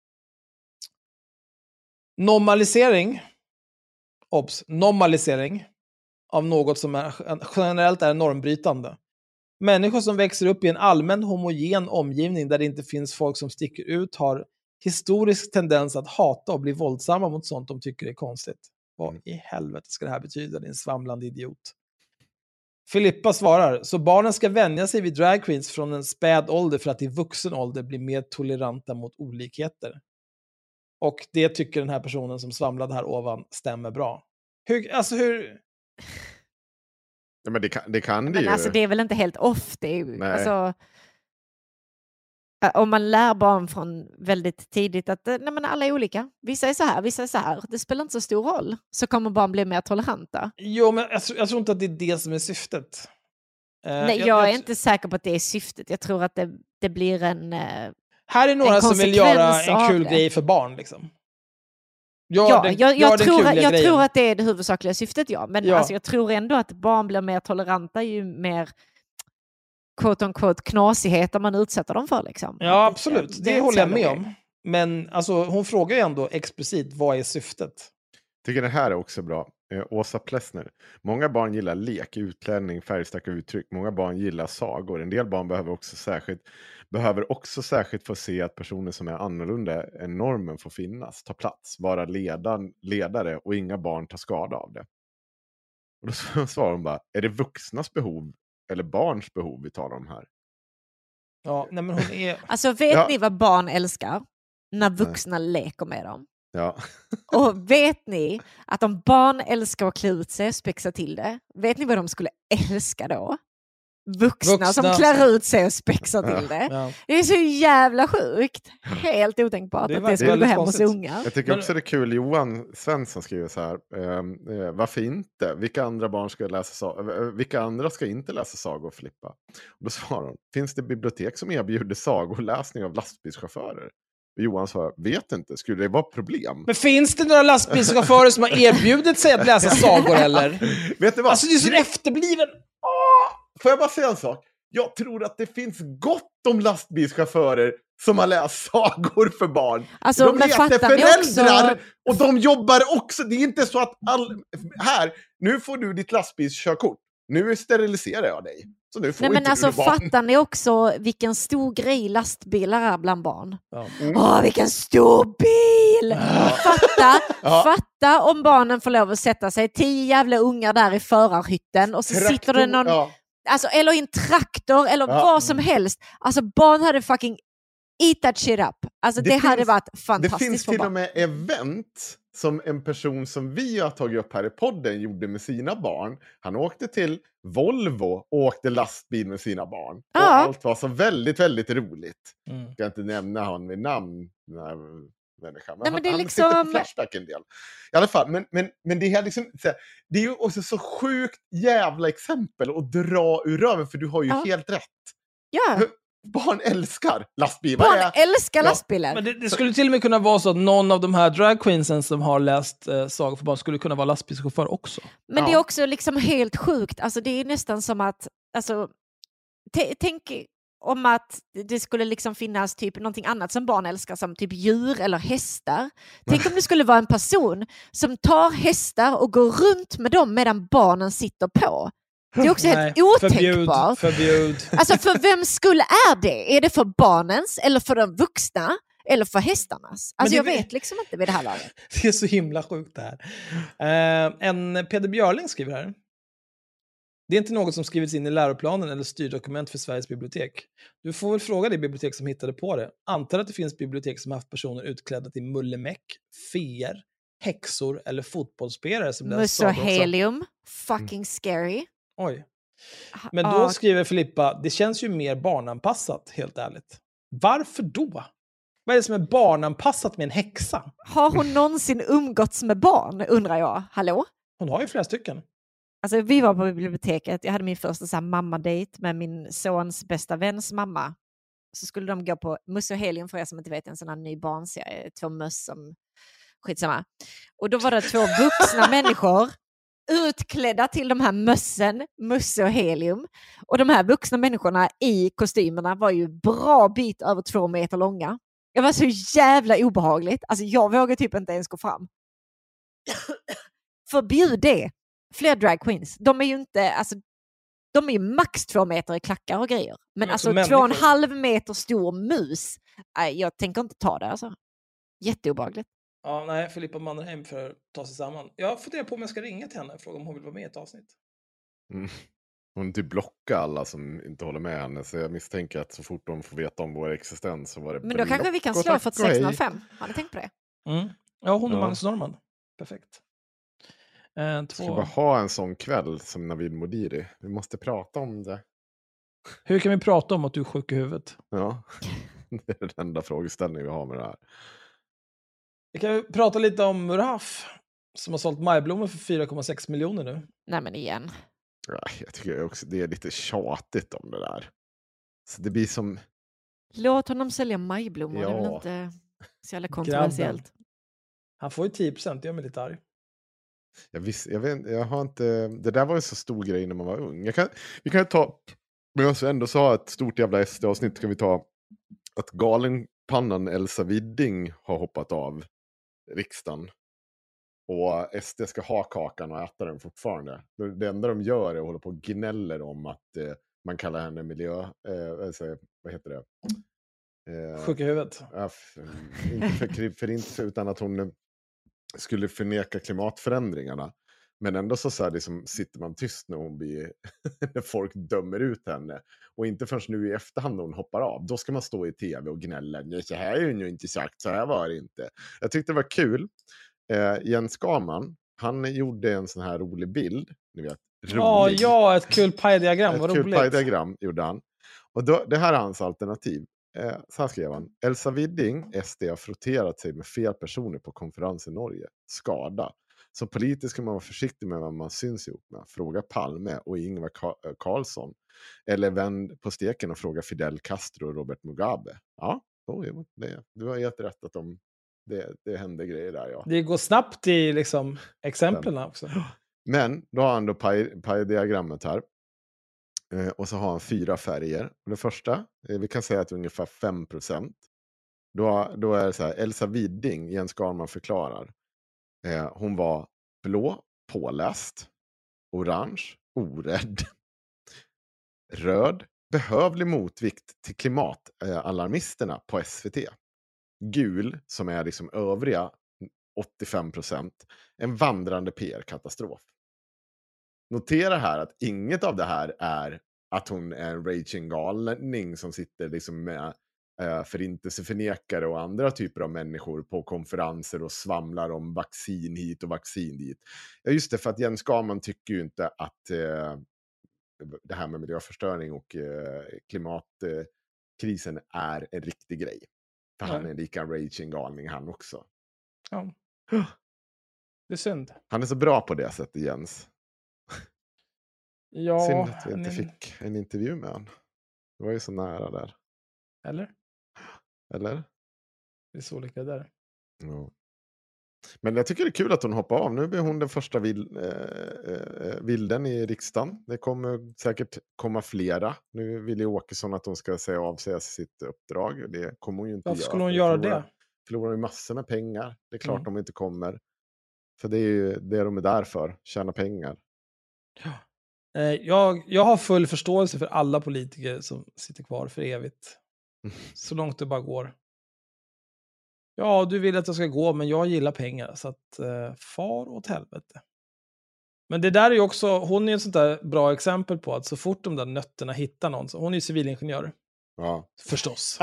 Normalisering. Obs, normalisering av något som är, generellt är normbrytande. Människor som växer upp i en allmän homogen omgivning där det inte finns folk som sticker ut har historisk tendens att hata och bli våldsamma mot sånt de tycker är konstigt. Vad Mm. i helvete ska det här betyda, din svamlande idiot? Filippa svarar, så barnen ska vänja sig vid drag queens från en späd ålder för att i vuxen ålder bli mer toleranta mot olikheter. Och det tycker den här personen som svamlade här ovan stämmer bra. Hur, alltså hur... Ja, men det kan det, kan det Men ju. alltså det är väl inte helt off. Det är ju, Nej. alltså, om man lär barn från väldigt tidigt att nej, men alla är olika. Vissa är så här, vissa är så här. Det spelar inte så stor roll. Så kommer barn bli mer toleranta. Jo, men jag, tror- jag tror inte att det är det som är syftet. Eh, Nej, jag, är inte säker på att det är syftet. Jag tror att det, det blir en... eh, Här är några en som vill göra konsekvens en av kul det. grej för barn. Liksom. Gör Ja, den, jag, gör jag, den tror, kuliga jag grejen. tror att det är det huvudsakliga syftet, ja. Men Ja. Alltså, jag tror ändå att barn blir mer toleranta ju mer quote on quote knasigheter man utsätter dem för. Liksom. Ja, Att absolut. Det, är inte håller så jag med jävla om. Men alltså, hon frågar ju ändå explicit, vad är syftet? Tycker det här är också bra. Eh, Åsa Plessner. Många barn gillar lek, utklädning, färgstarka uttryck. Många barn gillar sagor. En del barn behöver också särskilt, behöver också särskilt få se att personer som är annorlunda än normen får finnas, ta plats, vara ledan, ledare och inga barn tar skada av det. Och då svarar hon bara, är det vuxnas behov eller barns behov vi talar om här? Ja, nej men hon är... Alltså vet Ja. ni vad barn älskar? När vuxna nej. leker med dem. Ja. Och vet ni att om barn älskar att klä ut sig och spexa till det, vet ni vad de skulle älska då? Vuxna, Vuxna. som klär ut sig och spexar ja. till det. Ja. Det är så jävla sjukt. Helt otänkbart det att det skulle gå hem hos unga. Jag tycker också det är kul. Johan Svensson skriver så här. Eh, varför inte? Vilka andra barn ska läsa Vilka andra ska inte läsa sagor, Filippa? Och då svarar hon. Finns det bibliotek som erbjuder sagorläsning av lastbilschaufförer? Johan sa, vet inte, skulle det vara problem? Men finns det några lastbilschaufförer som har erbjudit sig att läsa sagor eller? Vet du vad? Alltså det är så efterbliven. Åh! Får jag bara säga en sak? Jag tror att det finns gott om lastbilschaufförer som har läst sagor för barn. Alltså, de heter föräldrar också... och de jobbar också. Det är inte så att all... här, nu får du ditt lastbilskörkort. Nu steriliserar jag dig. Så nu får Nej, men inte alltså du barn. Fattar ni också vilken stor grej lastbilar är bland barn? Ja. Mm. Åh, vilken stor bil! Ja. Fatta, ja. fatta om barnen får lov att sätta sig tio jävla ungar där i förarhytten och så Traktor, sitter det någon... Ja. Alltså, eller i en traktor eller ja. vad som helst. Alltså barn hade fucking eat that shit up. Alltså det, det finns, hade varit fantastiskt. Det finns till och med event som en person som vi har tagit upp här i podden gjorde med sina barn. Han åkte till Volvo och åkte lastbil med sina barn. Ja. Och allt var så väldigt, väldigt roligt. Mm. Jag ska inte nämna han med namn. Nej, människa. Men, Nej, men han, det är han liksom... sitter på Flashback en del. I alla fall, men, men, men det, är liksom, det är ju också så sjukt jävla exempel att dra ur röven, för du har ju ja. helt rätt. Ja. Barn älskar lastbilar. Barn är... älskar ja. lastbilar. Men det, det skulle till och med kunna vara så att någon av de här dragqueensen som har läst eh, sagor för barn skulle kunna vara lastbilschaufför också. Men ja. det är också liksom helt sjukt. Alltså det är nästan som att, alltså, t- tänk om att det skulle liksom finnas typ någonting annat som barn älskar, som typ djur eller hästar. Tänk om det skulle vara en person som tar hästar och går runt med dem medan barnen sitter på. Det är också Nej, helt otänkbart. Förbjud, förbjud. Alltså för vem skulle är det? Är det för barnens eller för de vuxna eller för hästarnas? Alltså det, jag vet liksom inte vid det här laget. Det är så himla sjukt det här. Uh, en Peder Björling skriver här. Det är inte något som skrivits in i läroplanen eller styrdokument för Sveriges bibliotek. Du får väl fråga det bibliotek som hittade på det. Antar att det finns bibliotek som haft personer utklädda till mullemäck, feer, häxor eller fotbollsspelare som läser sagor också. Musohelium, fucking scary. Oj. Men då ah. skriver Filippa, det känns ju mer barnanpassat, helt ärligt. Varför då? Vad är det som är barnanpassat med en häxa? Har hon någonsin umgåtts med barn, undrar jag? Hallå? Hon har ju flera stycken. Alltså vi var på biblioteket, jag hade min första så här mamma-date med min sons bästa väns mamma. Så skulle de gå på Musohelium, för er som inte vet, en sån här ny barnserie, två möss som skitsamma. Och då var det två vuxna människor utklädda till de här mössen, Musohelium. Och de här vuxna människorna i kostymerna var ju bra bit över två meter långa. Det var så jävla obehagligt. Alltså jag vågar typ inte ens gå fram. Förbjud det. Fler drag queens. De är ju inte, alltså de är ju max två meter i klackar och grejer. Men, Men alltså två och en halv meter stor mus. Nej, jag tänker inte ta det alltså. Jätteobehagligt. Ja, nej, Filippa Mannerheim för att ta sig samman. Jag funderar på om jag ska ringa till henne och fråga om hon vill vara med i ett avsnitt. Mm. Hon typ blockar alla som inte håller med henne, så jag misstänker att så fort de får veta om vår existens så var det... Men då kanske vi kan slå för sex noll fem. Har ni tänkt på det? Mm. Ja, hon och ja. Magnus Norman. Perfekt. Eh, två... Ska bara ha en sån kväll som Navid Modiri. Vi måste prata om det. Hur kan vi prata om att du är sjuk i huvudet? Ja, det är den enda frågeställningen vi har med det här. Vi kan prata lite om Raf som har sålt majblommor för fyra komma sex miljoner nu. Nej, men igen. Jag tycker också det är lite tjatigt om det där. Så det blir som... Låt honom sälja majblommor. Ja. Det är väl inte så jävla kontroversiellt. Grabben. Han får ju tio procent, det gör mig lite arg. Jag, visst, jag, vet, jag har inte... Det där var en så stor grej när man var ung. Jag kan, vi kan ju ta... Men jag ska ändå ha ett stort jävla S D-avsnitt. Kan vi ta att galenpannan Elsa Widding har hoppat av riksdagen. Och S D ska ha kakan och äta den fortfarande. Det enda de gör är att hålla på och gnäller om att eh, man kallar henne miljö... Eh, alltså, vad heter det? Eh, Sjuk i huvudet. Ja, inte för, för inte utan att hon skulle förneka klimatförändringarna. Men ändå så, så här, liksom, sitter man tyst när hon blir när folk dömer ut henne. Och inte förrän nu i efterhand när hon hoppar av. Då ska man stå i tv och gnälla. Nej, så här är ju inte sagt, så här var det inte. Jag tyckte det var kul. Eh, Jens Skarman, han gjorde en sån här rolig bild. Ni vet, rolig. Ja, ja, ett kul pajdiagram, vad roligt. Ett kul pajdiagram gjorde han. Och då, det här är hans alternativ. Eh, så här skrev han. Elsa Widding, S D, har frotterat sig med fel personer på konferens i Norge. Skada. Som politisk ska man vara försiktig med vad man syns ihop med. Fråga Palme och Ingvar Carlsson. Eller vänd på steken och fråga Fidel Castro och Robert Mugabe. Ja, oh, det, du har helt rätt att de, det, det händer grejer där. Ja. Det går snabbt i liksom, exemplen också. Men då har han då paj-diagrammet här. Eh, och så har han fyra färger. Och det första, eh, vi kan säga att det är ungefär fem procent. Då, då är det så här, Elsa Widding, Jens Skarman förklarar. Eh, hon var blå, påläst. Orange, orädd. Röd, behövlig motvikt till klimatalarmisterna på S V T. Gul, som är liksom övriga åttiofem procent. En vandrande P R-katastrof. Notera här att inget av det här är att hon är en raging galning som sitter liksom med eh, förintelseförnekare och andra typer av människor på konferenser och svamlar om vaccin hit och vaccin dit. Ja, just det, för att Jens Skarman tycker ju inte att eh, det här med miljöförstöring och eh, klimatkrisen eh, är en riktig grej. För ja. Han är lika raging galning han också. Ja. Det är synd. Han är så bra på det sättet, Jens. Ja, synd att vi inte men... fick en intervju med honom. Det var ju så nära där. Eller? Eller? Det är så lika där. Ja. Men jag tycker det är kul att hon hoppar av. Nu blir hon den första vil, eh, eh, vilden i riksdagen. Det kommer säkert komma flera. Nu vill ju Åkesson att hon ska säga av sig sitt uppdrag. Det kommer hon ju inte Varför göra. skulle hon göra förlorar, det? Förlorar ju massor med pengar. Det är klart mm. de inte kommer. För det är ju det de är där för. Tjäna pengar. Ja. Jag, jag har full förståelse för alla politiker som sitter kvar för evigt. Så långt det bara går. Ja, du vill att jag ska gå, men jag gillar pengar. Så att eh, far åt helvete. Men det där är ju också, hon är ett sånt där bra exempel på att så fort de där nötterna hittar någon, så hon är ju civilingenjör. Ja. Förstås.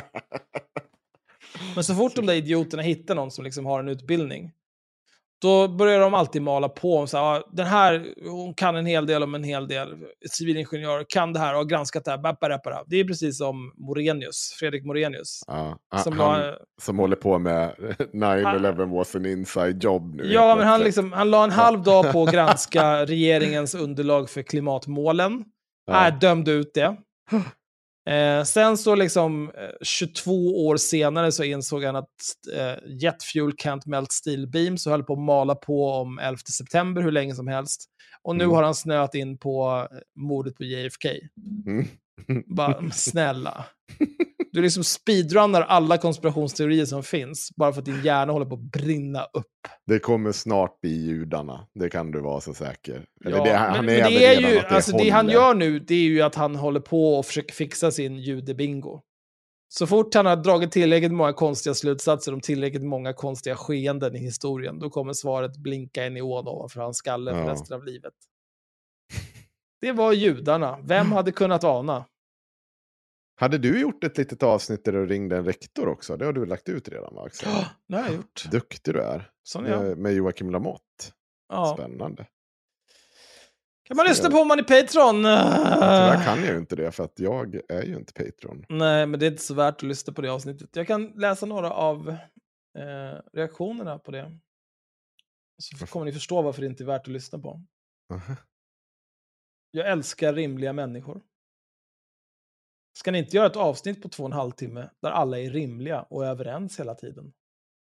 Men så fort de där idioterna hittar någon som liksom har en utbildning, då börjar de alltid mala på om så här, den här, hon kan en hel del om en hel del, civilingenjör, kan det här och har granskat det här, bappa, det är precis som Morenius, Fredrik Morenius. Ja, som, han, la, som håller på med nine eleven was an inside job nu. Ja, men han, liksom, han la en halv dag på att granska regeringens underlag för klimatmålen. Ja. Äh, dömde ut det. Eh, sen så liksom eh, tjugotvå år senare så insåg han att eh, jet fuel can't melt steel beams och höll på att mala på om elfte september hur länge som helst. Och nu mm. har han snöat in på eh, mordet på J F K. Mm. Bara, snälla. Du liksom speedrunnar alla konspirationsteorier som finns bara för att din hjärna håller på att brinna upp. Det kommer snart bli judarna. Det kan du vara så säker. Eller ja, det, han men, är men det är ju, det alltså det han gör nu, det är ju att han håller på och försöker fixa sin judebingo. Så fort han har dragit tillräckligt många konstiga slutsatser om tillräckligt många konstiga skeenden i historien, då kommer svaret blinka i neon ovanför hans skalle för ja. resten av livet. Det var judarna. Vem hade kunnat ana? Hade du gjort ett litet avsnitt där du ringde en rektor också? Det har du lagt ut redan, va? Ja, det har jag gjort. Duktig du är. Sån är jag. Med Joakim Lamotte. Ja. Spännande. Kan man lyssna på om man är Patreon? Tyvärr kan jag ju inte det, för att jag är ju inte Patreon. Nej, men det är inte så värt att lyssna på det avsnittet. Jag kan läsa några av eh, reaktionerna på det. Så kommer ni förstå varför det inte är värt att lyssna på. Uh-huh. Jag älskar rimliga människor. Ska ni inte göra ett avsnitt på två och en halv timme där alla är rimliga och är överens hela tiden?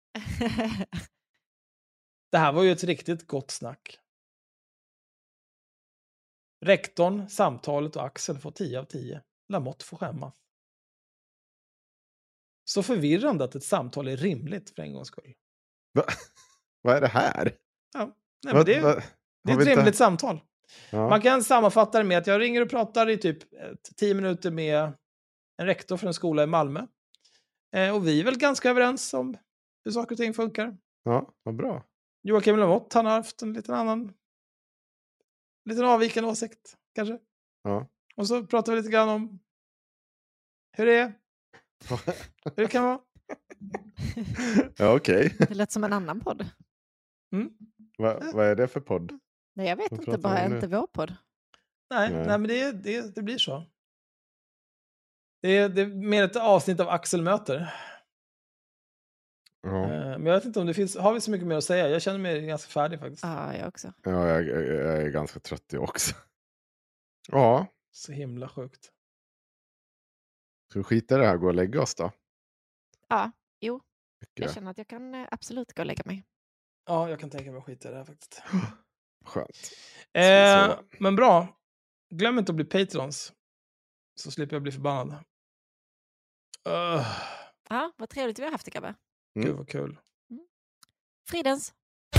Det här var ju ett riktigt gott snack. Rektorn, samtalet och Axel får tio av tio. Lamotte får skämmas. Så förvirrande att ett samtal är rimligt för en gångs skull. Va? Vad är det här? Ja, nej, men det, va, det är ett rimligt samtal. Ja. Man kan sammanfatta det med att jag ringer och pratar i typ tio minuter med en rektor för en skola i Malmö. Eh, och vi är väl ganska överens om hur saker och ting funkar. Ja, vad bra. Joakim Lamotte, han har haft en liten annan liten avvikande åsikt, kanske. Ja. Och så pratar vi lite grann om hur det är. Hur det kan vara. Ja, okej. Okay. Det lät som en annan podd. Mm. Va, vad är det för podd? Nej, jag vet vad inte, bara inte vår podd. Nej, nej. nej men det, det, det blir så. Det är, det är mer ett avsnitt av Axel möter. Ja. Men jag vet inte om det finns, har vi så mycket mer att säga? Jag känner mig ganska färdig faktiskt. Ja, jag också. Ja, jag, jag, jag är ganska trött jag också. Ja. Så himla sjukt. Ska vi skita i det här och gå och lägga oss då? Ja, jo. Mycket. Jag känner att jag kan absolut gå och lägga mig. Ja, jag kan tänka mig att skita i det här faktiskt. Skönt. Eh, men bra. Glöm inte att bli patrons. Så slipper jag bli förbannad. Uh. Ja, vad trevligt vi har haft det, grabbar. Mm. Gud vad kul. Mm. Fridens.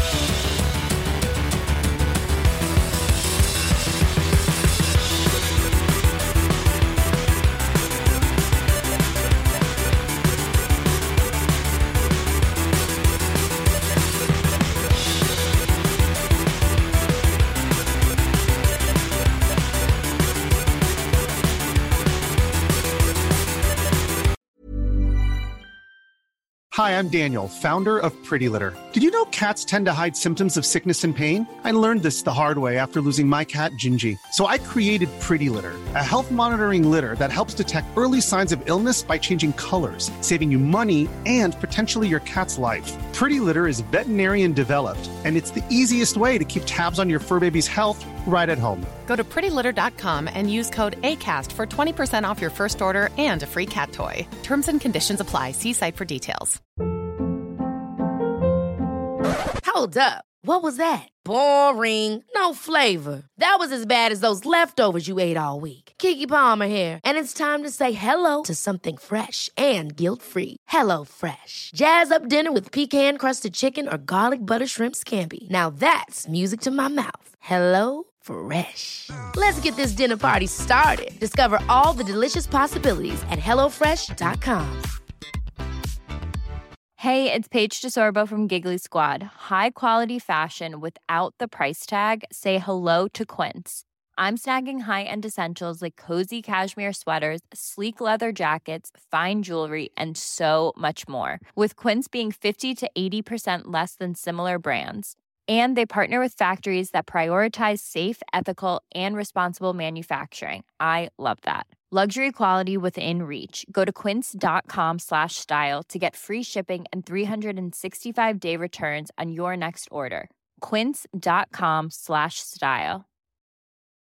Hi, I'm Daniel, founder of Pretty Litter. Did you know cats tend to hide symptoms of sickness and pain? I learned this the hard way after losing my cat, Gingy. So I created Pretty Litter, a health monitoring litter that helps detect early signs of illness by changing colors, saving you money and potentially your cat's life. Pretty Litter is veterinarian developed, and it's the easiest way to keep tabs on your fur baby's health right at home. Go to pretty litter dot com and use code ACAST for twenty percent off your first order and a free cat toy. Terms and conditions apply. See site for details. Hold up. What was that? Boring. No flavor. That was as bad as those leftovers you ate all week. Keke Palmer here, and it's time to say hello to something fresh and guilt-free. Hello Fresh. Jazz up dinner with pecan-crusted chicken or garlic butter shrimp scampi. Now that's music to my mouth. Hello Fresh. Let's get this dinner party started. Discover all the delicious possibilities at hello fresh dot com. Hey, it's Paige DeSorbo from Giggly Squad. High quality fashion without the price tag. Say hello to Quince. I'm snagging high-end essentials like cozy cashmere sweaters, sleek leather jackets, fine jewelry, and so much more. With Quince being fifty to eighty percent less than similar brands. And they partner with factories that prioritize safe, ethical, and responsible manufacturing. I love that. Luxury quality within reach. Go to quince dot com slash style to get free shipping and three sixty-five day returns on your next order. quince dot com slash style.